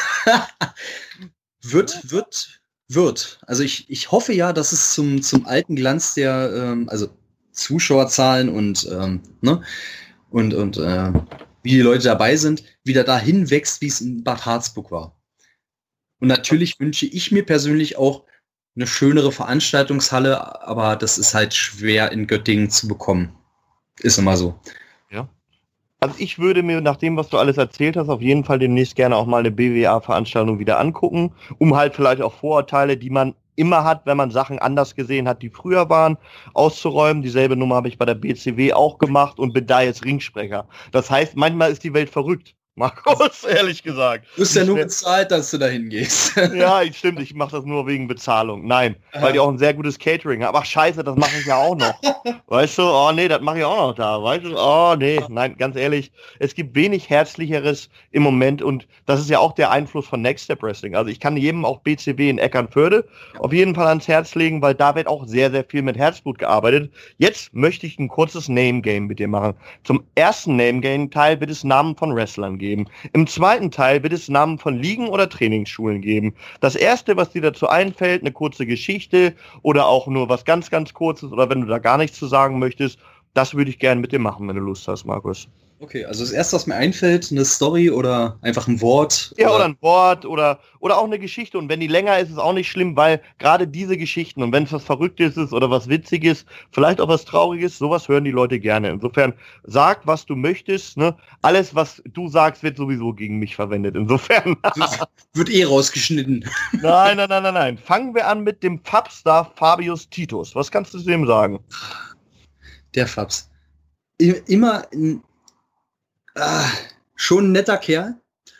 wird, wird, wird. Also ich, ich hoffe ja, dass es zum, zum alten Glanz der, ähm, also Zuschauerzahlen und, ähm, ne, und, und äh, wie die Leute dabei sind, wieder dahin wächst, wie es in Bad Harzburg war. Und natürlich wünsche ich mir persönlich auch eine schönere Veranstaltungshalle, aber das ist halt schwer in Göttingen zu bekommen. Ist immer so. Ja. Also ich würde mir, nach dem, was du alles erzählt hast, auf jeden Fall demnächst gerne auch mal eine B W A-Veranstaltung wieder angucken, um halt vielleicht auch Vorurteile, die man immer hat, wenn man Sachen anders gesehen hat, die früher waren, auszuräumen. Dieselbe Nummer habe ich bei der B C W auch gemacht und bin da jetzt Ringsprecher. Das heißt, manchmal ist die Welt verrückt. Markus, ehrlich gesagt. Du bist ja nur bezahlt, dass du da hingehst. Ja, stimmt, ich mache das nur wegen Bezahlung. Nein, Aha. weil die auch ein sehr gutes Catering haben. Ach scheiße, das mache ich ja auch noch. Weißt du, oh nee, das mache ich auch noch da. Weißt du, oh nee, nein, ganz ehrlich, es gibt wenig Herzlicheres im Moment und das ist ja auch der Einfluss von Next Step Wrestling. Also ich kann jedem auch B C W in Eckernförde auf jeden Fall ans Herz legen, weil da wird auch sehr, sehr viel mit Herzblut gearbeitet. Jetzt möchte ich ein kurzes Name-Game mit dir machen. Zum ersten Name-Game-Teil wird es Namen von Wrestlern geben. Geben. Im zweiten Teil wird es Namen von Ligen oder Trainingsschulen geben. Das erste, was dir dazu einfällt, eine kurze Geschichte oder auch nur was ganz, ganz Kurzes oder wenn du da gar nichts zu sagen möchtest, das würde ich gerne mit dir machen, wenn du Lust hast, Markus. Okay, also das erste, was mir einfällt, eine Story oder einfach ein Wort. Ja, oder, oder ein Wort oder, oder auch eine Geschichte. Und wenn die länger ist, ist es auch nicht schlimm, weil gerade diese Geschichten und wenn es was Verrücktes ist oder was Witziges, vielleicht auch was Trauriges, sowas hören die Leute gerne. Insofern, sag, was du möchtest. Ne? Alles, was du sagst, wird sowieso gegen mich verwendet. Insofern. Wird eh rausgeschnitten. Nein, nein, nein, nein, nein. Fangen wir an mit dem Fabstar Fabius Titus. Was kannst du zu dem sagen? Der Fabs. Immer ein Ah, schon ein netter Kerl.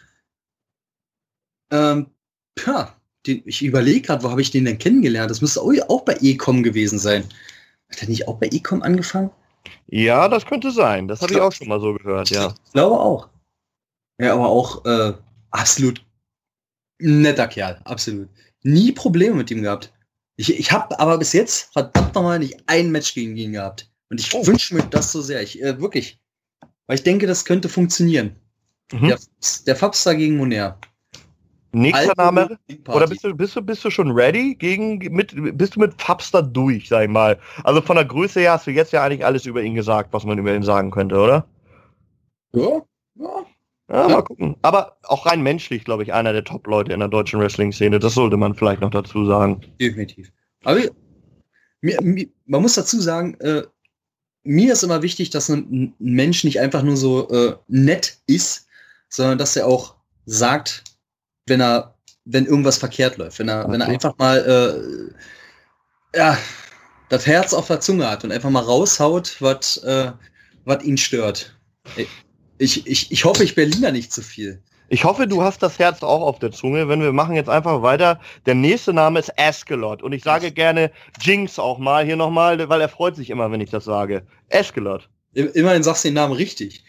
Ähm, ja, den, ich überlege gerade, wo habe ich den denn kennengelernt? Das müsste auch, auch bei E-Com gewesen sein. Hat er nicht auch bei E-Com angefangen? Ja, das könnte sein. Das habe ich auch schon mal so gehört, ja. Ich glaube auch. Ja, aber auch äh, absolut netter Kerl, absolut. Nie Probleme mit ihm gehabt. Ich, ich habe aber bis jetzt verdammt nochmal nicht ein Match gegen ihn gehabt. Und ich oh. wünsche mir das so sehr. Ich, äh, wirklich. Weil ich denke, das könnte funktionieren. Mhm. Der, der Fabstar gegen Moner. Nächster Name? Oder bist du, bist du, bist du schon ready? Gegen, mit, bist du mit Fabstar durch, sag ich mal? Also von der Größe her hast du jetzt ja eigentlich alles über ihn gesagt, was man über ihn sagen könnte, oder? Ja, ja. Ja, mal gucken. Aber auch rein menschlich, glaube ich, einer der Top-Leute in der deutschen Wrestling-Szene. Das sollte man vielleicht noch dazu sagen. Definitiv. Aber mir, mir, man muss dazu sagen, äh, mir ist immer wichtig, dass ein, ein Mensch nicht einfach nur so äh, nett ist, sondern dass er auch sagt, wenn er, wenn irgendwas verkehrt läuft, wenn er, okay. wenn er einfach mal äh, ja, das Herz auf der Zunge hat und einfach mal raushaut, was äh, was ihn stört. Ich, Ich, ich, ich hoffe, ich Berliner nicht zu viel. Ich hoffe, du hast das Herz auch auf der Zunge, wenn wir machen jetzt einfach weiter. Der nächste Name ist Askelot und ich sage gerne Jinx auch mal hier nochmal, weil er freut sich immer, wenn ich das sage. Askelot. Immerhin sagst du den Namen richtig.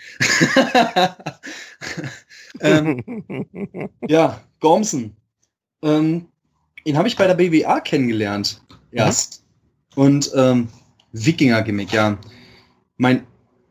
ähm, ja, Gormson. Ähm, ihn habe ich bei der B W A kennengelernt. Erst. Mhm. Und ähm, Wikinger-Gimmick, ja. Mein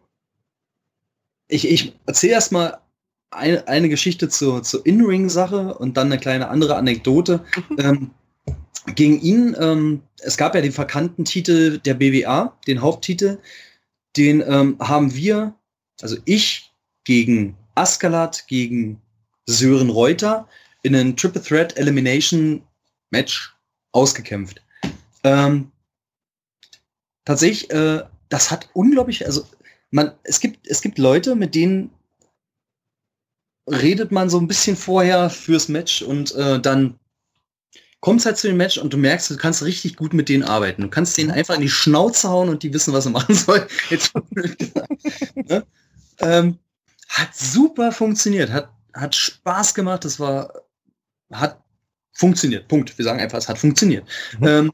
Ich, ich erzähle erstmal eine, eine Geschichte zur, zur In-Ring-Sache und dann eine kleine andere Anekdote. Mhm. Ähm, gegen ihn, ähm, es gab ja den verkannten Titel der B W A, den Haupttitel, den ähm, haben wir, also ich gegen Askalat, gegen Sören Reuter in einem Triple Threat Elimination Match ausgekämpft. Ähm, tatsächlich, äh, das hat unglaublich, also man, es gibt, es gibt Leute, mit denen redet man so ein bisschen vorher fürs Match und äh, dann kommt es halt zu dem Match und du merkst, du kannst richtig gut mit denen arbeiten. Du kannst denen einfach in die Schnauze hauen und die wissen, was sie machen sollen. Jetzt ne? ähm, hat super funktioniert, hat, hat Spaß gemacht, das war, hat funktioniert. Punkt. Wir sagen einfach, es hat funktioniert. Mhm. Ähm,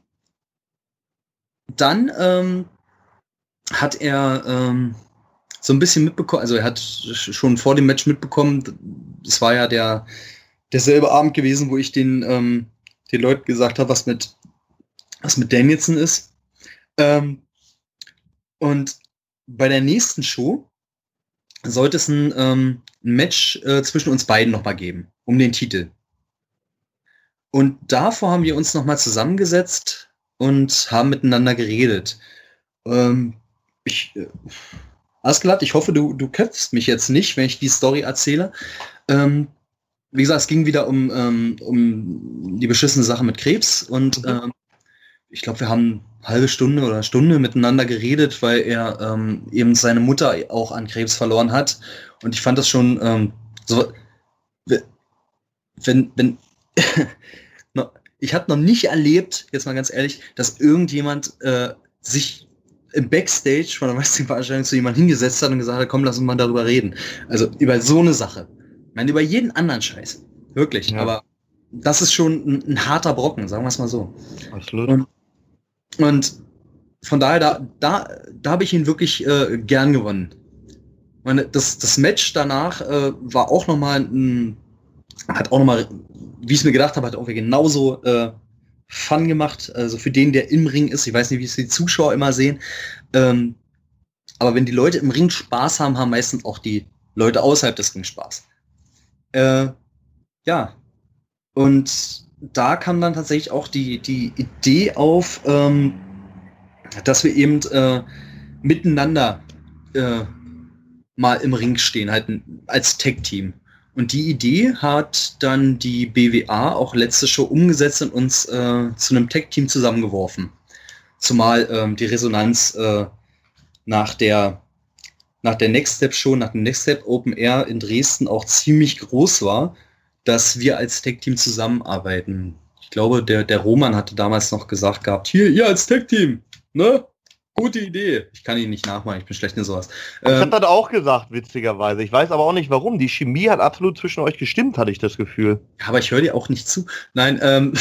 dann ähm, hat er ähm, so ein bisschen mitbekommen, also er hat schon vor dem Match mitbekommen, es war ja der derselbe Abend gewesen, wo ich den, ähm, den Leuten gesagt habe, was mit, was mit Danielson ist. Ähm, und bei der nächsten Show sollte es ein, ähm, ein Match äh, zwischen uns beiden nochmal geben, um den Titel. Und davor haben wir uns nochmal zusammengesetzt und haben miteinander geredet. Ähm, ich, äh, Askeladd, ich hoffe, du, du köpfst mich jetzt nicht, wenn ich die Story erzähle. Ähm, wie gesagt, es ging wieder um, ähm, um die beschissene Sache mit Krebs und mhm. ähm, ich glaube, wir haben eine halbe Stunde oder eine Stunde miteinander geredet, weil er ähm, eben seine Mutter auch an Krebs verloren hat. Und ich fand das schon ähm, so, wenn, wenn ich habe noch nicht erlebt, jetzt mal ganz ehrlich, dass irgendjemand äh, sich im Backstage von der Wrestling-Veranstaltung zu jemandem hingesetzt hat und gesagt hat, komm, lass uns mal darüber reden. Also über so eine Sache. Ich meine, über jeden anderen Scheiß. Wirklich. Ja. Aber das ist schon ein, ein harter Brocken, sagen wir es mal so. Absolut. Und, und von daher, da, da, da habe ich ihn wirklich äh, gern gewonnen. Ich meine, das, das Match danach äh, war auch nochmal ein, hat auch nochmal, wie ich es mir gedacht habe, hat auch genauso äh, Fun gemacht. Also für den, der im Ring ist, ich weiß nicht, wie es die Zuschauer immer sehen, ähm, aber wenn die Leute im Ring Spaß haben, haben meistens auch die Leute außerhalb des Rings Spaß. Äh, ja, und da kam dann tatsächlich auch die, die Idee auf, ähm, dass wir eben äh, miteinander äh, mal im Ring stehen, halt als Tag-Team. Und die Idee hat dann die B W A auch letzte Show umgesetzt und uns äh, zu einem Tag-Team zusammengeworfen. Zumal ähm, die Resonanz äh, nach der nach der Next Step Show, nach dem Next Step Open Air in Dresden auch ziemlich groß war, dass wir als Tag-Team zusammenarbeiten. Ich glaube, der, der Roman hatte damals noch gesagt gehabt, hier, ihr als Tag-Team, ne? Gute Idee. Ich kann ihn nicht nachmachen, ich bin schlecht in sowas. Ich ähm, habe das auch gesagt, witzigerweise. Ich weiß aber auch nicht, warum. Die Chemie hat absolut zwischen euch gestimmt, hatte ich das Gefühl. Aber ich höre dir auch nicht zu. Nein, ähm...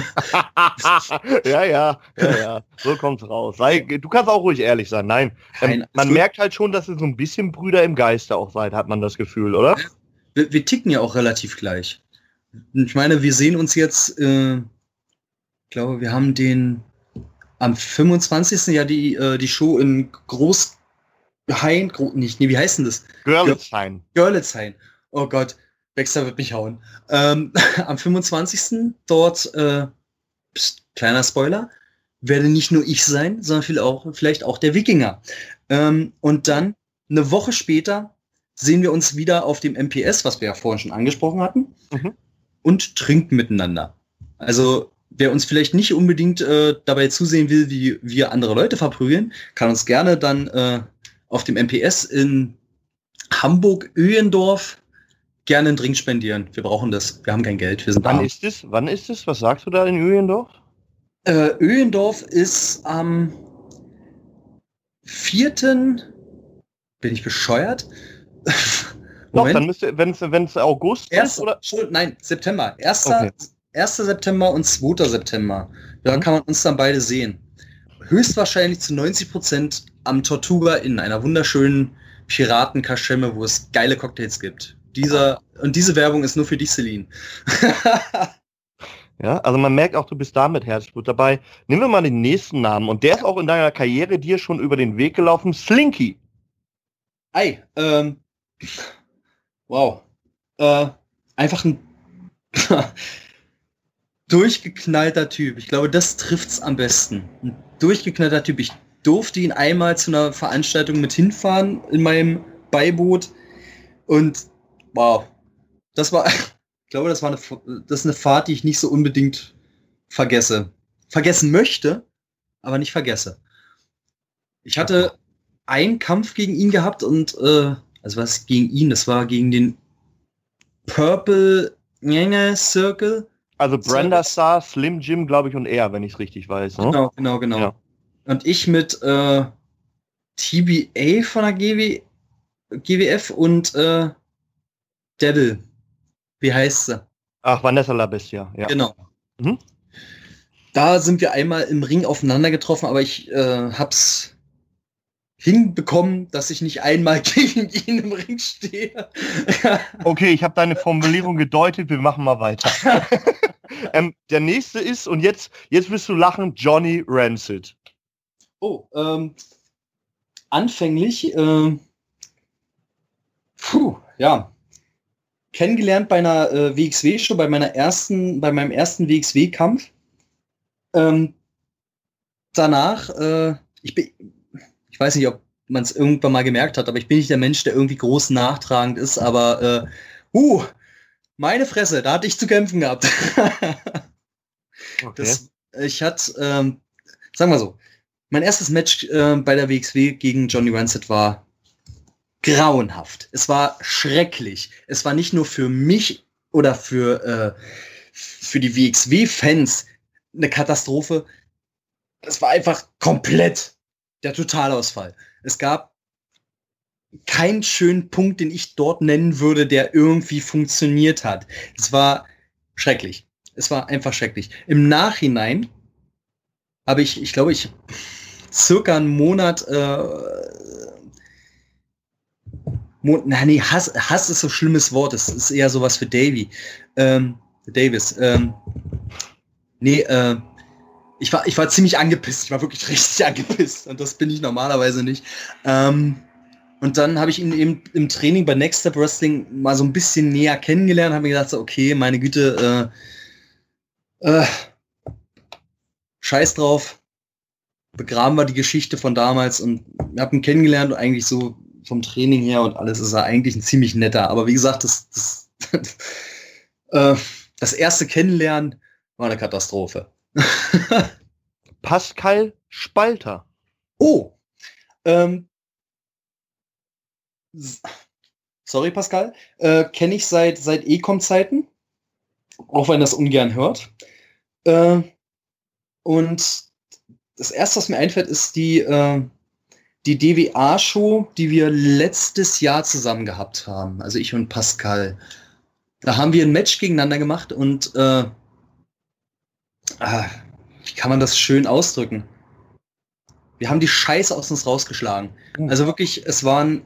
ja, ja, ja, ja. So kommt's raus. Sei, du kannst auch ruhig ehrlich sein. Nein, ähm, man gut. merkt halt schon, dass ihr so ein bisschen Brüder im Geiste auch seid, hat man das Gefühl, oder? Wir, wir ticken ja auch relativ gleich. Ich meine, wir sehen uns jetzt, äh, ich glaube, wir haben den am fünfundzwanzigsten ja die, äh, die Show in Großhain, Gro nicht, nee, wie heißt denn das? Görlitzhain. Görlitzhain. Oh Gott, Baxter wird mich hauen. Ähm, am fünfundzwanzigsten dort, äh, pst, kleiner Spoiler, werde nicht nur ich sein, sondern vielleicht auch, vielleicht auch der Wikinger. Ähm, und dann, eine Woche später, sehen wir uns wieder auf dem M P S, was wir ja vorhin schon angesprochen hatten, mhm. und trinken miteinander. Also, wer uns vielleicht nicht unbedingt äh, dabei zusehen will, wie wir andere Leute verprügeln, kann uns gerne dann äh, auf dem M P S in Hamburg-Öhendorf gerne einen Drink spendieren. Wir brauchen das. Wir haben kein Geld. Wir sind Wann arm. ist es? Wann ist es? Was sagst du da in Öhendorf? Äh, Öhendorf ist am vierten Bin ich bescheuert? Doch, dann müsste, wenn es August Erst, ist, oder? Nein, September. erster Okay. erster September und zweiter September. Da Mhm. kann man uns dann beide sehen. Höchstwahrscheinlich zu neunzig Prozent am Tortuga in einer wunderschönen Piratenkaschemme, wo es geile Cocktails gibt. Dieser, und diese Werbung ist nur für dich, Celine. Ja, also man merkt auch, du bist da mit Herzblut dabei. Nehmen wir mal den nächsten Namen. Und der ist auch in deiner Karriere dir schon über den Weg gelaufen. Slinky. Ei, ähm, wow. Äh, einfach ein durchgeknallter Typ. Ich glaube, das trifft's am besten. Ein durchgeknallter Typ. Ich durfte ihn einmal zu einer Veranstaltung mit hinfahren in meinem Beiboot. Und wow, das war, ich glaube, das war eine, das ist eine Fahrt, die ich nicht so unbedingt vergesse. Vergessen möchte, aber nicht vergesse. Ich hatte einen Kampf gegen ihn gehabt und, äh, also was gegen ihn, das war gegen den Purple Circle. Also Brenda Star, Slim Jim, glaube ich, und er, wenn ich es richtig weiß. Ne? Genau, genau, genau. Ja. Und ich mit äh, T B A von der G W, G W F und äh, Devil. Wie heißt sie? Ach, Vanessa La Bestia, ja. Genau. Mhm. Da sind wir einmal im Ring aufeinander getroffen, aber ich äh, hab's hinbekommen, dass ich nicht einmal gegen ihn im Ring stehe. Okay, ich habe deine Formulierung gedeutet, wir machen mal weiter. ähm, der nächste ist, und jetzt, jetzt wirst du lachen, Johnny Rancid. Oh, ähm, anfänglich, äh, puh, ja, kennengelernt bei einer äh, W X W-Show, bei meiner ersten, bei meinem ersten W X W-Kampf. Ähm, danach, äh, ich bin, ich weiß nicht, ob man es irgendwann mal gemerkt hat, aber ich bin nicht der Mensch, der irgendwie groß nachtragend ist, aber, äh, uh, meine Fresse, da hatte ich zu kämpfen gehabt. Okay. Das, ich hatte, ähm, sagen wir so, mein erstes Match äh, bei der W X W gegen Johnny Rancid war grauenhaft. Es war schrecklich. Es war nicht nur für mich oder für, äh, für die W X W-Fans eine Katastrophe. Es war einfach komplett der Totalausfall. Es gab keinen schönen Punkt, den ich dort nennen würde, der irgendwie funktioniert hat. Es war schrecklich. Es war einfach schrecklich. Im Nachhinein habe ich, ich glaube, ich circa einen Monat, äh, Mon na, nee, Hass, Hass ist so ein schlimmes Wort. Es ist eher sowas für Davy. Ähm, für Davis. Ähm, nee, äh, ich war, ich war ziemlich angepisst. Ich war wirklich richtig angepisst. Und das bin ich normalerweise nicht. Ähm, und dann habe ich ihn eben im Training bei Next Step Wrestling mal so ein bisschen näher kennengelernt. Habe mir gedacht, so, okay, meine Güte, äh, äh, scheiß drauf. Begraben wir die Geschichte von damals und wir haben ihn kennengelernt und eigentlich so vom Training her und alles ist er eigentlich ein ziemlich netter. Aber wie gesagt, das, das, äh, das erste Kennenlernen war eine Katastrophe. Pascal Spalter. Oh, ähm, sorry Pascal, äh, kenne ich seit seit E-Com-Zeiten, auch wenn das ungern hört. Äh, und das erste, was mir einfällt, ist die äh, die D W A-Show, die wir letztes Jahr zusammen gehabt haben. Also ich und Pascal. Da haben wir ein Match gegeneinander gemacht und äh, ah, wie kann man das schön ausdrücken? Wir haben die Scheiße aus uns rausgeschlagen. Also wirklich, es war ein,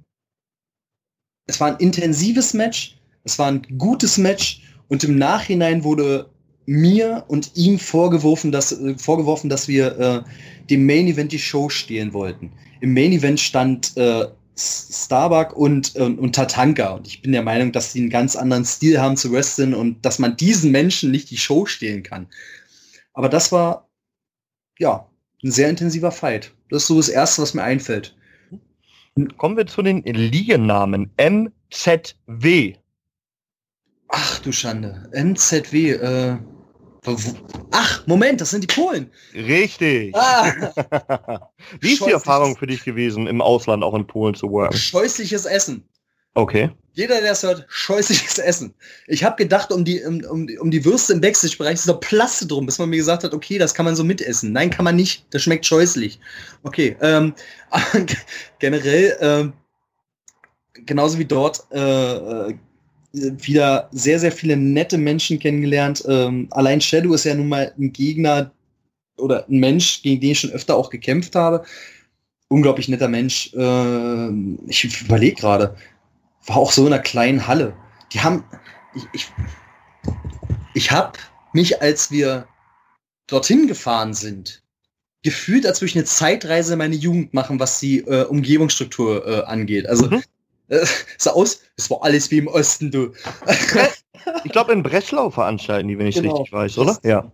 es war ein intensives Match, es war ein gutes Match und im Nachhinein wurde mir und ihm vorgeworfen, dass, äh, vorgeworfen, dass wir äh, dem Main Event die Show stehlen wollten. Im Main Event stand äh, Starbuck und, äh, und Tatanka. Und ich bin der Meinung, dass sie einen ganz anderen Stil haben zu wresteln und dass man diesen Menschen nicht die Show stehlen kann. Aber das war, ja, ein sehr intensiver Fight. Das ist so das Erste, was mir einfällt. Kommen wir zu den Ligennamen. M Z W. Ach du Schande. M Z W, äh, ach, Moment, das sind die Polen. Richtig. Ah, Wie ist die Erfahrung für dich gewesen, im Ausland auch in Polen zu worken? scheußliches Essen. Okay. Jeder, der es hört, scheußliches Essen. Ich habe gedacht, um die, um, um, die- um die Würste im Backstage-Bereich ist doch Plaste drum, bis man mir gesagt hat, okay, das kann man so mitessen. Nein, kann man nicht. Das schmeckt scheußlich. Okay, ähm, generell, ähm, genauso wie dort äh, wieder sehr, sehr viele nette Menschen kennengelernt. Ähm, allein Shadow ist ja nun mal ein Gegner oder ein Mensch, gegen den ich schon öfter auch gekämpft habe. Unglaublich netter Mensch. Äh, ich überlege gerade, war auch so in einer kleinen Halle. Die haben, ich, ich, ich habe mich, als wir dorthin gefahren sind, gefühlt, als würde ich eine Zeitreise in meine Jugend machen, was die äh, Umgebungsstruktur äh, angeht. Also Mhm. äh, sah aus, es war alles wie im Osten, du. Ich glaube, in Breslau veranstalten die, wenn ich es Genau. richtig weiß, oder? Ja.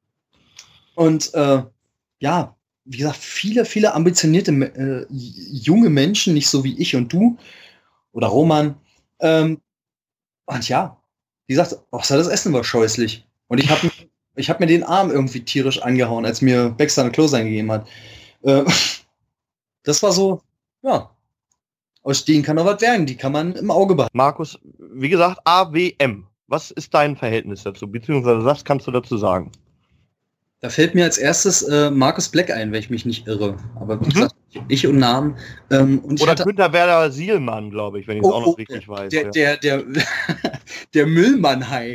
Und äh, ja, wie gesagt, viele, viele ambitionierte äh, junge Menschen, nicht so wie ich und du oder Roman. Ähm, und ja, wie gesagt, außer das Essen war scheußlich. Und ich habe ich hab mir den Arm irgendwie tierisch angehauen, als mir Baxter eine Klose eingegeben hat. Äh, das war so, ja, aus denen kann noch was werden. Die kann man im Auge behalten. Markus, wie gesagt, A W M. Was ist dein Verhältnis dazu? Beziehungsweise was kannst du dazu sagen? Da fällt mir als erstes äh, Markus Black ein, wenn ich mich nicht irre. Aber wie Mhm. gesagt, ich und Namen. Ähm, und ich Oder hatte, Günther Werder Sielmann, glaube ich, wenn ich es Oh, auch noch oh, richtig weiß. der, ja. der, der, der Müllmann-Hai.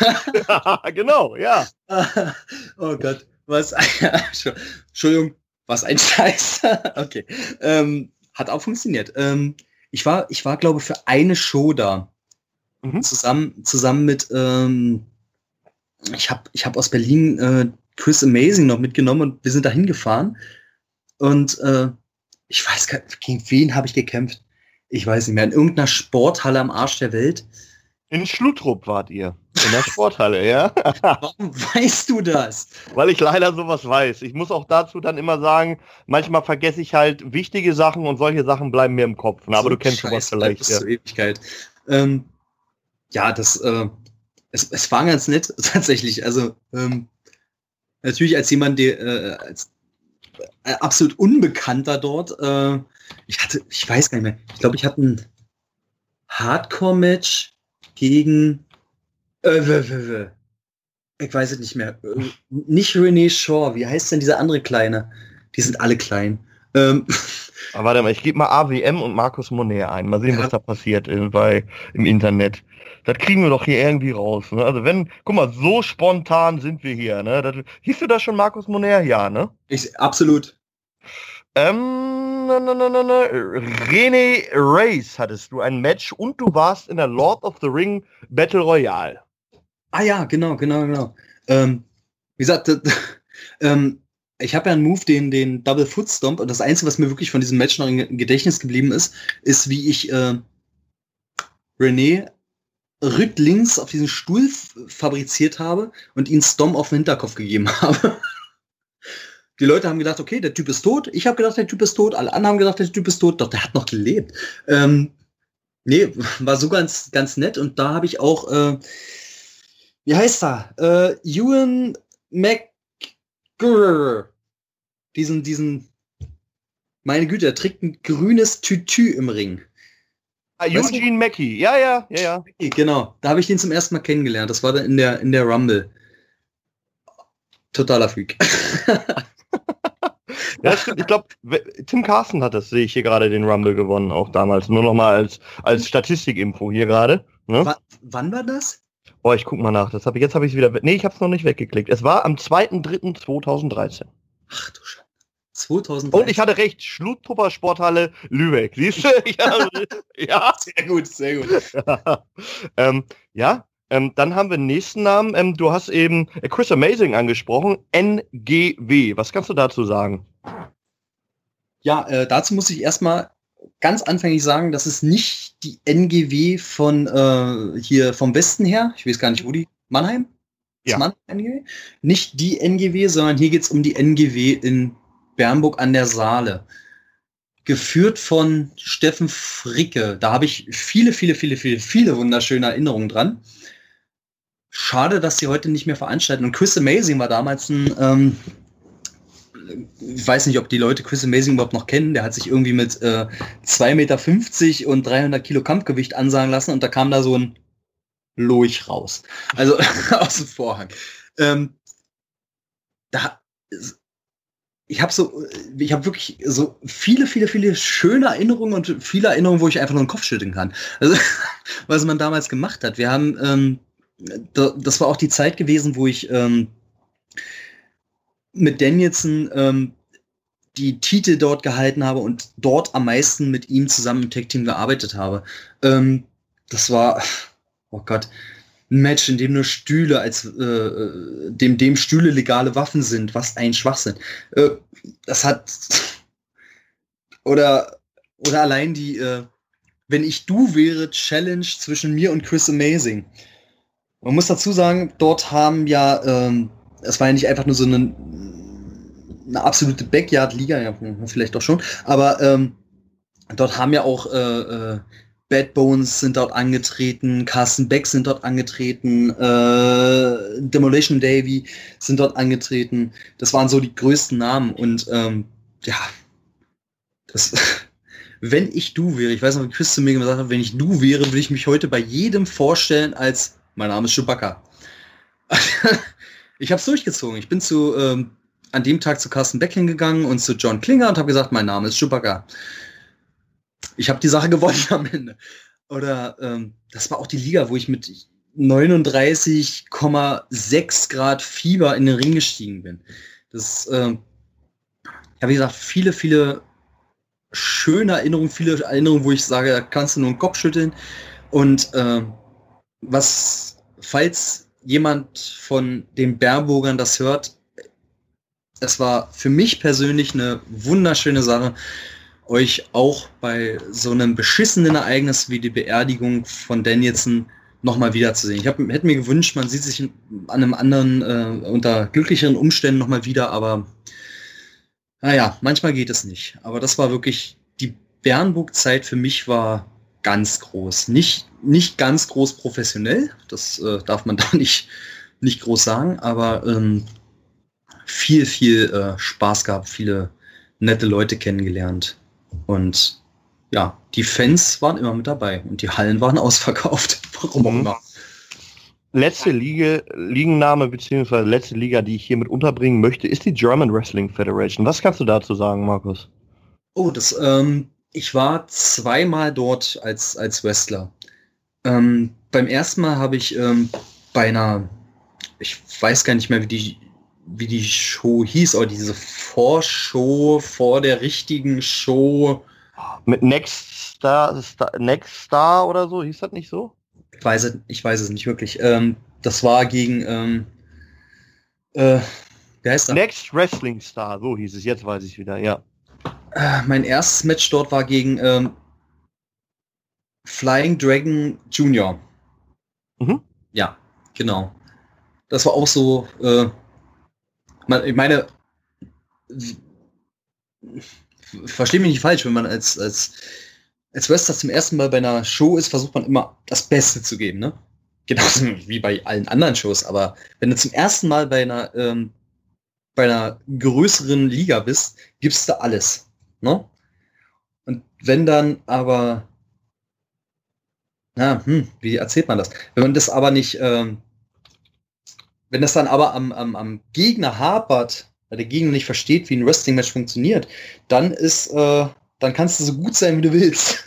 Genau, ja. Oh Gott, was ein, Entschuldigung, was ein Scheiß. Okay, ähm, hat auch funktioniert. Ähm, ich war, ich war, glaube ich, für eine Show da. Mhm. Zusammen, zusammen mit, ähm, ich habe ich hab aus Berlin äh, Chris Amazing noch mitgenommen und wir sind da hingefahren. Und äh, ich weiß gar nicht, gegen wen habe ich gekämpft? Ich weiß nicht mehr. In irgendeiner Sporthalle am Arsch der Welt. In Schlutrup wart ihr. In der Sporthalle, ja? Warum weißt du das? Weil ich leider sowas weiß. Ich muss auch dazu dann immer sagen, manchmal vergesse ich halt wichtige Sachen und solche Sachen bleiben mir im Kopf. Na, aber So du kennst Scheiß, sowas vielleicht. bis Ja. zur Ewigkeit. Ähm, ja, das, äh, es, es war ganz nett, tatsächlich. Also, ähm, natürlich als jemand, der, äh, als äh, absolut Unbekannter dort, äh, ich hatte, ich weiß gar nicht mehr, ich glaube, ich hatte ein Hardcore-Match gegen, äh, w, w, w. ich weiß es nicht mehr, äh, nicht René Shaw, wie heißt denn dieser andere Kleine? Die sind alle klein. Ähm, Aber warte mal, ich gebe mal A W M und Markus Moner ein. Mal sehen, Ja. was da passiert in, bei, im Internet. Das kriegen wir doch hier irgendwie raus. Ne? Also wenn, guck mal, so spontan sind wir hier. Ne? Das, hieß du da schon Markus Moner? Ja, ne? ich, absolut. Ähm, na, na, na, na, na. René Race hattest du ein Match und du warst in der Lord of the Ring Battle Royale. Ah ja, genau, genau, genau. Ähm, wie gesagt, d- d- ähm, ich habe ja einen Move, den, den Double Foot Stomp, und das Einzige, was mir wirklich von diesem Match noch im Gedächtnis geblieben ist, ist, wie ich äh, René rücklings auf diesen Stuhl f- fabriziert habe und ihn Stomp auf den Hinterkopf gegeben habe. Die Leute haben gedacht, okay, der Typ ist tot. Ich habe gedacht, der Typ ist tot. Alle anderen haben gedacht, der Typ ist tot. Doch, der hat noch gelebt. Ähm, nee, war so ganz, ganz nett. Und da habe ich auch, äh, wie heißt er? Äh, Ewan McGregor. Diesen, diesen, meine Güte, er trägt ein grünes Tütü im Ring. Ah, Weißt du? Eugene Mackey. Ja, ja, ja, ja. Genau, da habe ich den zum ersten Mal kennengelernt. Das war dann in der, in der Rumble. Totaler Freak. Ja, stimmt. Ich glaube, Tim Carson hat das, sehe ich hier gerade, den Rumble gewonnen, auch damals. Nur noch mal als, als Statistikinfo hier gerade. Ne? W- wann war das? Oh, ich guck mal nach. Das hab ich, jetzt habe ich es wieder. Nee, ich habe es noch nicht weggeklickt. Es war am zweiten dritten zweitausenddreizehn. Ach du Scheiße. zweitausenddreizehn. Und ich hatte recht, Schluttrupper Sporthalle Lübeck. Siehst du? Ja. Ja. Sehr gut, sehr gut. ähm, ja. Ähm, dann haben wir den nächsten Namen. Ähm, du hast eben äh, Chris Amazing angesprochen. N G W. Was kannst du dazu sagen? Ja, äh, dazu muss ich erstmal ganz anfänglich sagen, das ist nicht die N G W von äh, hier vom Westen her. Ich weiß gar nicht, wo die. Mannheim? Ist Ja. Mannheim N G W? Nicht die N G W, sondern hier geht es um die N G W in Bernburg an der Saale. Geführt von Steffen Fricke. Da habe ich viele, viele, viele, viele, viele wunderschöne Erinnerungen dran. Schade, dass sie heute nicht mehr veranstalten. Und Chris Amazing war damals ein, ähm, ich weiß nicht, ob die Leute Chris Amazing überhaupt noch kennen. Der hat sich irgendwie mit äh, zwei Meter fünfzig und dreihundert Kilo Kampfgewicht ansagen lassen und da kam da so ein Lurch raus. Also aus dem Vorhang. Ähm, da, ich habe so, ich habe wirklich so viele, viele, viele schöne Erinnerungen und viele Erinnerungen, wo ich einfach nur den Kopf schütteln kann. Also, was man damals gemacht hat. Wir haben, ähm, da, das war auch die Zeit gewesen, wo ich ähm, mit Danielson ähm, die Titel dort gehalten habe und dort am meisten mit ihm zusammen im Tag-Team gearbeitet habe. Ähm, das war, oh Gott, ein Match, in dem nur Stühle als äh, dem dem Stühle legale Waffen sind, was ein Schwachsinn. Äh, das hat oder oder allein die äh, wenn ich du wäre Challenge zwischen mir und Chris Amazing. Man muss dazu sagen, dort haben ja ähm, es war ja nicht einfach nur so eine, eine absolute Backyard-Liga, ja, vielleicht doch schon, aber ähm, dort haben ja auch äh, äh, Bad Bones sind dort angetreten, Carsten Beck sind dort angetreten, äh, Demolition Davey sind dort angetreten. Das waren so die größten Namen. Und ähm, ja, das, wenn ich du wäre, ich weiß noch, wie Chris zu mir gesagt hat, wenn ich du wäre, würde ich mich heute bei jedem vorstellen als, mein Name ist Chewbacca. Ich habe es durchgezogen. Ich bin zu ähm, an dem Tag zu Carsten Beck hingegangen und zu John Klinger und habe gesagt, mein Name ist Chewbacca. Ich habe die Sache gewonnen am Ende. Oder ähm, das war auch die Liga, wo ich mit neununddreißig Komma sechs Grad Fieber in den Ring gestiegen bin. Das, ähm, ja, wie gesagt, viele, viele schöne Erinnerungen, viele Erinnerungen, wo ich sage, da kannst du nur den Kopf schütteln. Und ähm, was, falls jemand von den Bernburgern das hört, es war für mich persönlich eine wunderschöne Sache, euch auch bei so einem beschissenen Ereignis wie die Beerdigung von Danielson nochmal wiederzusehen. Ich hab, hätte mir gewünscht, man sieht sich an einem anderen, äh, unter glücklicheren Umständen nochmal wieder, aber naja, manchmal geht es nicht. Aber das war wirklich, die Bernburg-Zeit für mich war ganz groß. Nicht, nicht ganz groß professionell, das äh, darf man da nicht, nicht groß sagen, aber ähm, viel, viel äh, Spaß gehabt, viele nette Leute kennengelernt. Und ja, die Fans waren immer mit dabei und die Hallen waren ausverkauft. Warum auch immer. Letzte Liga, Ligenname beziehungsweise letzte Liga, die ich hier mit unterbringen möchte, ist die German Wrestling Federation. Was kannst du dazu sagen, Markus? Oh, das, ähm, ich war zweimal dort als, als Wrestler. Ähm, beim ersten Mal habe ich ähm, bei einer, ich weiß gar nicht mehr, wie die wie die Show hieß, oder diese Vorshow vor der richtigen Show. Mit Next Star, Star Next Star oder so, hieß das nicht so? Ich weiß es, ich weiß es nicht wirklich. Ähm, das war gegen, ähm, äh, wie heißt das? Next Wrestling Star, so hieß es, jetzt weiß ich wieder, ja. Äh, mein erstes Match dort war gegen ähm, Flying Dragon Junior Mhm. Ja, genau. Das war auch so, äh, ich meine, verstehe mich nicht falsch, wenn man als, als, als Wrestler zum ersten Mal bei einer Show ist, versucht man immer das Beste zu geben, ne? Genauso wie bei allen anderen Shows, aber wenn du zum ersten Mal bei einer, ähm, bei einer größeren Liga bist, gibst du alles, ne? Und wenn dann aber, na, hm, wie erzählt man das? Wenn man das aber nicht, ähm, wenn das dann aber am, am, am Gegner hapert, weil der Gegner nicht versteht, wie ein Wrestling-Match funktioniert, dann ist, äh, dann kannst du so gut sein, wie du willst.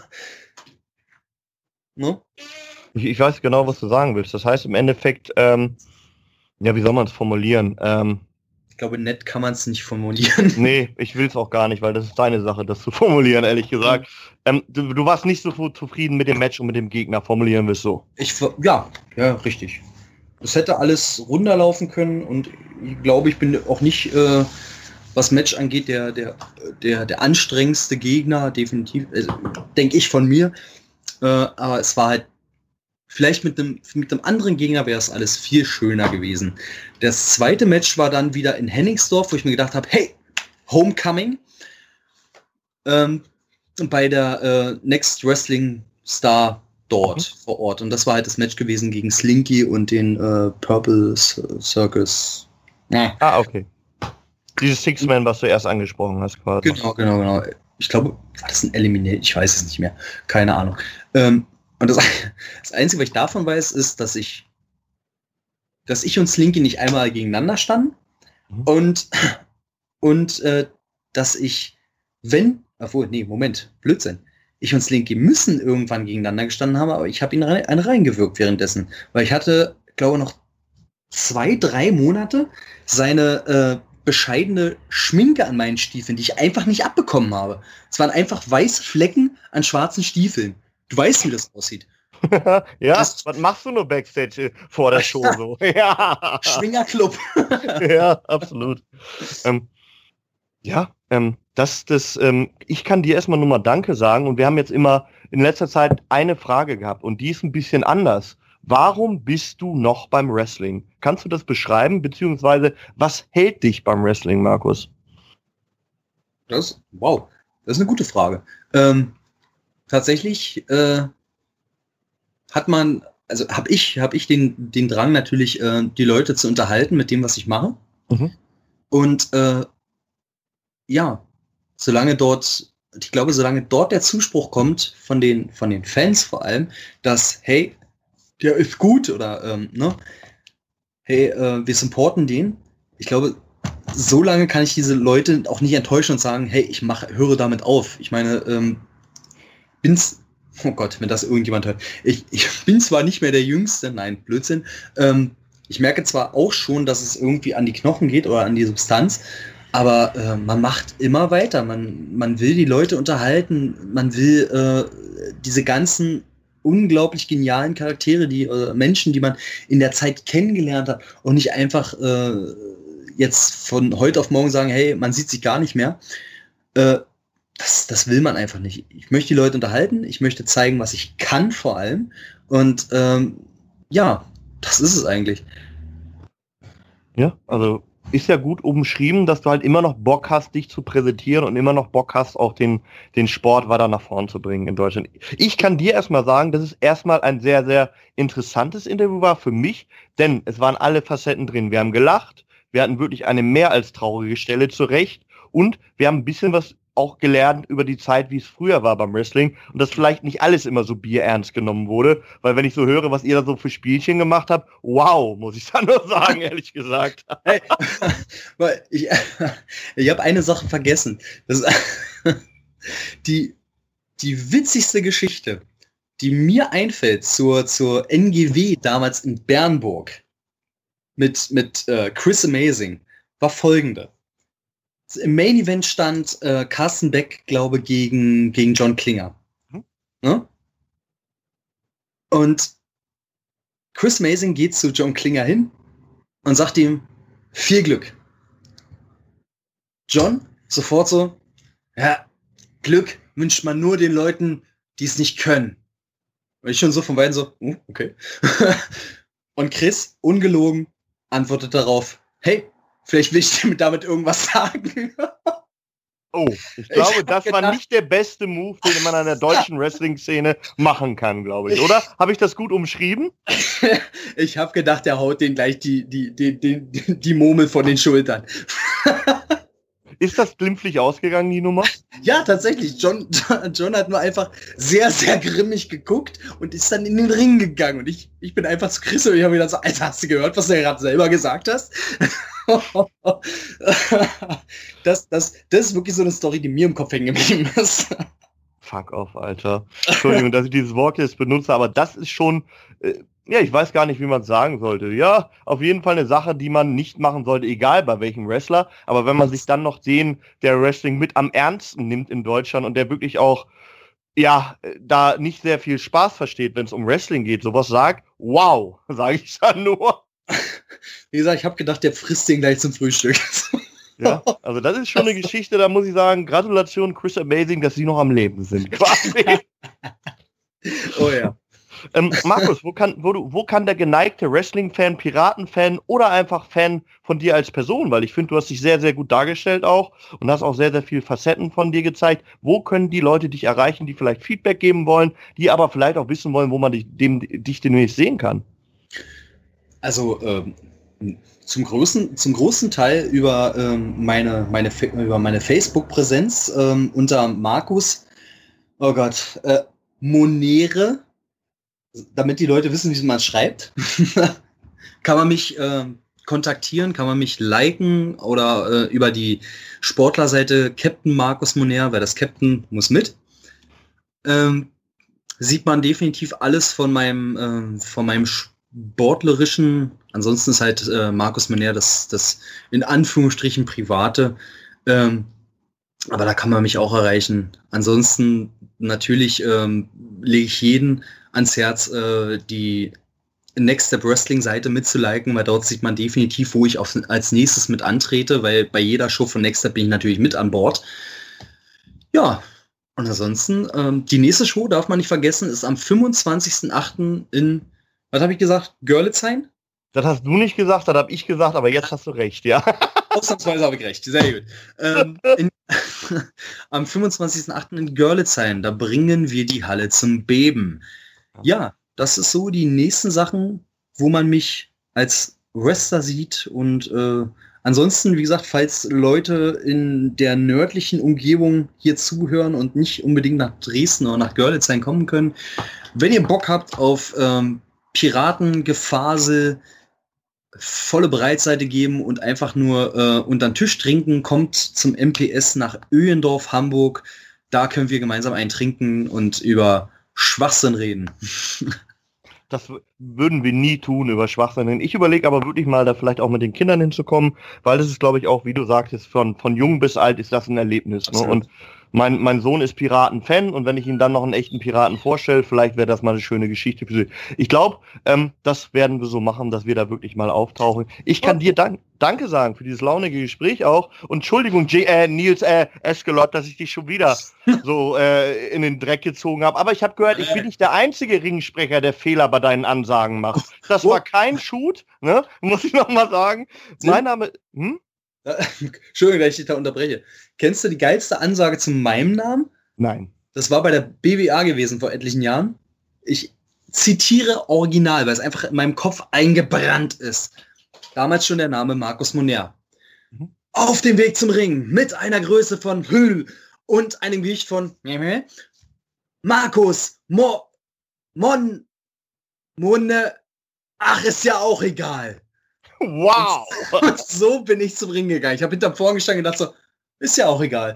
Ne? Ich, ich weiß genau, was du sagen willst. Das heißt im Endeffekt, ähm, ja, wie soll man es formulieren? Ähm, ich glaube, nett kann man es nicht formulieren. Nee, ich will es auch gar nicht, weil das ist deine Sache, das zu formulieren, ehrlich gesagt. Mhm. Ähm, du, du warst nicht so zufrieden mit dem Match und mit dem Gegner, formulieren wir es so. Ich, ja, ja, richtig. Es hätte alles runterlaufen können und ich glaube, ich bin auch nicht, äh, was Match angeht, der, der, der, der anstrengendste Gegner, definitiv, also, denke ich von mir. Äh, aber es war halt, vielleicht mit einem, mit einem anderen Gegner wäre es alles viel schöner gewesen. Das zweite Match war dann wieder in Hennigsdorf, wo ich mir gedacht habe, hey, Homecoming. Ähm, bei der äh, Next Wrestling Star dort mhm. vor Ort. Und das war halt das Match gewesen gegen Slinky und den äh, Purple Circus. Ja. Ah, okay. Dieses Six-Man, was du erst angesprochen hast, quasi. Genau, genau, genau. Ich glaube, war das ein Eliminate? Ich weiß es nicht mehr. Keine Ahnung. Ähm, und das, das Einzige, was ich davon weiß, ist, dass ich dass ich und Slinky nicht einmal gegeneinander standen. Mhm. Und und äh, dass ich, wenn, obwohl, nee, Moment, Blödsinn. Ich und Slinky müssen irgendwann gegeneinander gestanden haben, aber ich habe ihn rein, eine reingewirkt währenddessen. Weil ich hatte, glaube ich, noch zwei, drei Monate seine äh, bescheidene Schminke an meinen Stiefeln, die ich einfach nicht abbekommen habe. Es waren einfach weiße Flecken an schwarzen Stiefeln. Du weißt, wie das aussieht. Ja, das, was machst du nur Backstage vor der Show so? Ja. Schwingerclub. Ja, absolut. Ähm, ja, ähm, das, das, ähm, ich kann dir erstmal nur mal Danke sagen und wir haben jetzt immer in letzter Zeit eine Frage gehabt und die ist ein bisschen anders. Warum bist du noch beim Wrestling? Kannst du das beschreiben, beziehungsweise was hält dich beim Wrestling, Markus? Das, wow, das ist eine gute Frage. Ähm, tatsächlich äh, hat man, also habe ich, hab ich den, den Drang natürlich, äh, die Leute zu unterhalten mit dem, was ich mache. Mhm. Und äh, ja, solange dort, ich glaube, solange dort der Zuspruch kommt von den, von den Fans vor allem, dass, hey, der ist gut oder, ähm, ne, hey, äh, wir supporten den. Ich glaube, so lange kann ich diese Leute auch nicht enttäuschen und sagen, hey, ich mach, höre damit auf. Ich meine, ähm, bin's, oh Gott, wenn das irgendjemand hört. Ich, ich bin zwar nicht mehr der Jüngste, nein, Blödsinn. Ähm, ich merke zwar auch schon, dass es irgendwie an die Knochen geht oder an die Substanz, aber äh, man macht immer weiter. Man, man will die Leute unterhalten, man will äh, diese ganzen unglaublich genialen Charaktere, die äh, Menschen, die man in der Zeit kennengelernt hat und nicht einfach äh, jetzt von heute auf morgen sagen, hey, man sieht sich gar nicht mehr. Äh, das, das will man einfach nicht. Ich möchte die Leute unterhalten, ich möchte zeigen, was ich kann vor allem. Und ähm, ja, das ist es eigentlich. Ja, also ist ja gut umschrieben, dass du halt immer noch Bock hast, dich zu präsentieren und immer noch Bock hast, auch den, den Sport weiter nach vorn zu bringen in Deutschland. Ich kann dir erstmal sagen, dass es erstmal ein sehr, sehr interessantes Interview war für mich, denn es waren alle Facetten drin. Wir haben gelacht, wir hatten wirklich eine mehr als traurige Stelle zurecht und wir haben ein bisschen was auch gelernt über die Zeit, wie es früher war beim Wrestling und dass vielleicht nicht alles immer so bierernst genommen wurde, weil wenn ich so höre, was ihr da so für Spielchen gemacht habt, wow, muss ich dann nur sagen, ehrlich gesagt. Hey, weil ich ich habe eine Sache vergessen. Das die, die witzigste Geschichte, die mir einfällt zur, zur N G W damals in Bernburg mit, mit äh, Chris Amazing, war folgende. Im Main Event stand äh, Carsten Beck, glaube ich, gegen, gegen John Klinger. Mhm. Ne? Und Chris Amazing geht zu John Klinger hin und sagt ihm, viel Glück. John sofort so, ja, Glück wünscht man nur den Leuten, die es nicht können. Und ich schon so von beiden so, uh, okay. Und Chris, ungelogen, antwortet darauf, hey, vielleicht will ich dir damit irgendwas sagen. Oh, ich glaube, ich das gedacht, war nicht der beste Move, den man an der deutschen Wrestling-Szene machen kann, glaube ich, oder? Habe ich das gut umschrieben? Ich habe gedacht, er haut den gleich die, die, die, die, die Murmel von den Schultern. Ist das glimpflich ausgegangen, die Nummer? Ja, tatsächlich. John, John hat nur einfach sehr, sehr grimmig geguckt und ist dann in den Ring gegangen. Und ich, ich bin einfach zu Chris und ich habe mir gedacht so, Alter, hast du gehört, was du gerade selber gesagt hast? das, das, das ist wirklich so eine Story, die mir im Kopf hängen geblieben ist. Fuck off, Alter. Entschuldigung, dass ich dieses Wort jetzt benutze, aber das ist schon... Äh, ja, ich weiß gar nicht, wie man es sagen sollte. Ja, auf jeden Fall eine Sache, die man nicht machen sollte, egal bei welchem Wrestler. Aber wenn man sich dann noch den, der Wrestling mit am ernsten nimmt in Deutschland und der wirklich auch, ja, da nicht sehr viel Spaß versteht, wenn es um Wrestling geht, sowas sagt, wow, sage ich dann nur. Wie gesagt, ich habe gedacht, der frisst den gleich zum Frühstück. Ja, also das ist schon eine Geschichte, da muss ich sagen, Gratulation Chris Amazing, dass sie noch am Leben sind, quasi. Oh ja. Ähm, Markus, wo kann, wo, du, wo kann der geneigte Wrestling-Fan, Piraten-Fan oder einfach Fan von dir als Person, weil ich finde, du hast dich sehr, sehr gut dargestellt auch und hast auch sehr, sehr viele Facetten von dir gezeigt. Wo können die Leute dich erreichen, die vielleicht Feedback geben wollen, die aber vielleicht auch wissen wollen, wo man dich, dem, dich demnächst sehen kann? Also ähm, zum großen, zum großen Teil über ähm, meine, meine, über meine Facebook-Präsenz ähm, unter Markus, oh Gott, äh, Monere, damit die Leute wissen, wie man es schreibt, kann man mich äh, kontaktieren, kann man mich liken oder äh, über die Sportlerseite Captain Markus Moner, weil das Captain muss mit. Ähm, sieht man definitiv alles von meinem, äh, von meinem sportlerischen, ansonsten ist halt äh, Markus Moner das, das in Anführungsstrichen private, ähm, aber da kann man mich auch erreichen. Ansonsten natürlich ähm, lege ich jeden ans Herz, äh, die Next Step Wrestling Seite mitzulaken, weil dort sieht man definitiv, wo ich auf, als nächstes mit antrete, weil bei jeder Show von Next Step bin ich natürlich mit an Bord. Ja, und ansonsten, ähm, die nächste Show, darf man nicht vergessen, ist am fünfundzwanzigsten achten in, was habe ich gesagt, Görlitz-Hain? Das hast du nicht gesagt, das habe ich gesagt, aber jetzt hast du recht, ja. Ausnahmsweise habe ich recht, sehr gut. Ähm, in, am fünfundzwanzigsten achten in Görlitz-Hain, da bringen wir die Halle zum Beben. Ja, das ist so die nächsten Sachen, wo man mich als Wrestler sieht. Und äh, ansonsten, wie gesagt, falls Leute in der nördlichen Umgebung hier zuhören und nicht unbedingt nach Dresden oder nach Görlitz kommen können, wenn ihr Bock habt auf ähm, Piratengefasel, volle Breitseite geben und einfach nur äh, unter den Tisch trinken, kommt zum M P S nach Öhendorf, Hamburg. Da können wir gemeinsam einen trinken und über Schwachsinn reden. Das würden wir nie tun, über Schwachsinn reden. Ich überlege aber wirklich mal, da vielleicht auch mit den Kindern hinzukommen, weil das ist, glaube ich, auch, wie du sagtest, von, von jung bis alt ist das ein Erlebnis. Ne? Und mein, mein Sohn ist Piraten-Fan und wenn ich ihm dann noch einen echten Piraten vorstelle, vielleicht wäre das mal eine schöne Geschichte für sie. Ich glaube, ähm, das werden wir so machen, dass wir da wirklich mal auftauchen. Ich kann dir dank, Danke sagen für dieses launige Gespräch auch. Und Entschuldigung, J äh, Nils äh, Eskelot, dass ich dich schon wieder so äh, in den Dreck gezogen habe. Aber ich habe gehört, ich bin nicht der einzige Ringsprecher, der Fehler bei deinen Ansagen macht. Das war kein Shoot, ne? Muss ich noch mal sagen. Mein Name... Hm? Entschuldigung, dass ich dich da unterbreche. Kennst du die geilste Ansage zu meinem Namen? Nein. Das war bei der B W A gewesen vor etlichen Jahren. Ich zitiere original, weil es einfach in meinem Kopf eingebrannt ist. Damals schon der Name Markus Moner. Mhm. Auf dem Weg zum Ring mit einer Größe von Hüll und einem Gewicht von Markus Mo Mon Monne. Ach, ist ja auch egal. Wow! Und, und so bin ich zum Ring gegangen. Ich habe hinterm Vorhang gestanden und gedacht so, ist ja auch egal.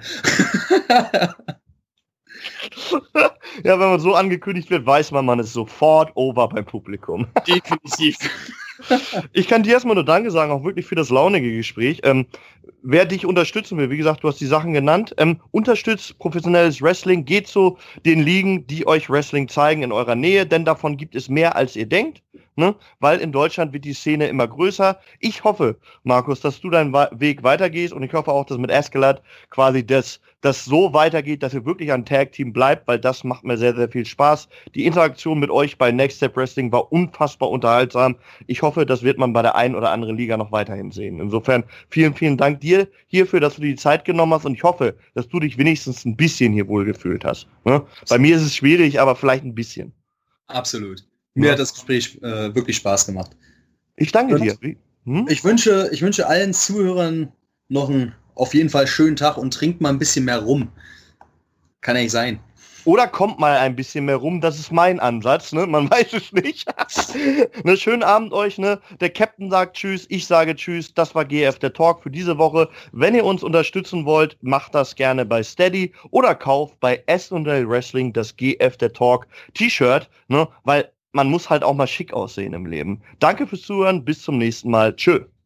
Ja, wenn man so angekündigt wird, weiß man, man ist sofort over beim Publikum. Definitiv. Ich kann dir erstmal nur Danke sagen, auch wirklich für das launige Gespräch. Ähm, wer dich unterstützen will, wie gesagt, du hast die Sachen genannt, ähm, unterstützt professionelles Wrestling, geht zu den Ligen, die euch Wrestling zeigen in eurer Nähe, denn davon gibt es mehr, als ihr denkt. Ne? Weil in Deutschland wird die Szene immer größer. Ich hoffe, Markus, dass du deinen Weg weitergehst und ich hoffe auch, dass mit Eskelot quasi das, das so weitergeht, dass ihr wirklich ein Tag-Team bleibt, weil das macht mir sehr, sehr viel Spaß. Die Interaktion mit euch bei Next Step Wrestling war unfassbar unterhaltsam. Ich hoffe, das wird man bei der einen oder anderen Liga noch weiterhin sehen. Insofern vielen, vielen Dank dir hierfür, dass du dir die Zeit genommen hast und ich hoffe, dass du dich wenigstens ein bisschen hier wohlgefühlt hast. Ne? Bei mir ist es schwierig, aber vielleicht ein bisschen. Absolut. Mir hat das Gespräch äh, wirklich Spaß gemacht. Ich danke und dir. Hm? Ich wünsche, ich wünsche allen Zuhörern noch einen auf jeden Fall schönen Tag und trinkt mal ein bisschen mehr rum. Kann ja nicht sein. Oder kommt mal ein bisschen mehr rum, das ist mein Ansatz, ne? Man weiß es nicht. Ne, schönen Abend euch, ne? Der Captain sagt Tschüss, ich sage Tschüss. Das war G F der Talk für diese Woche. Wenn ihr uns unterstützen wollt, macht das gerne bei Steady oder kauft bei S und L Wrestling das G F der Talk T-Shirt, ne? Weil man muss halt auch mal schick aussehen im Leben. Danke fürs Zuhören, bis zum nächsten Mal. Tschö.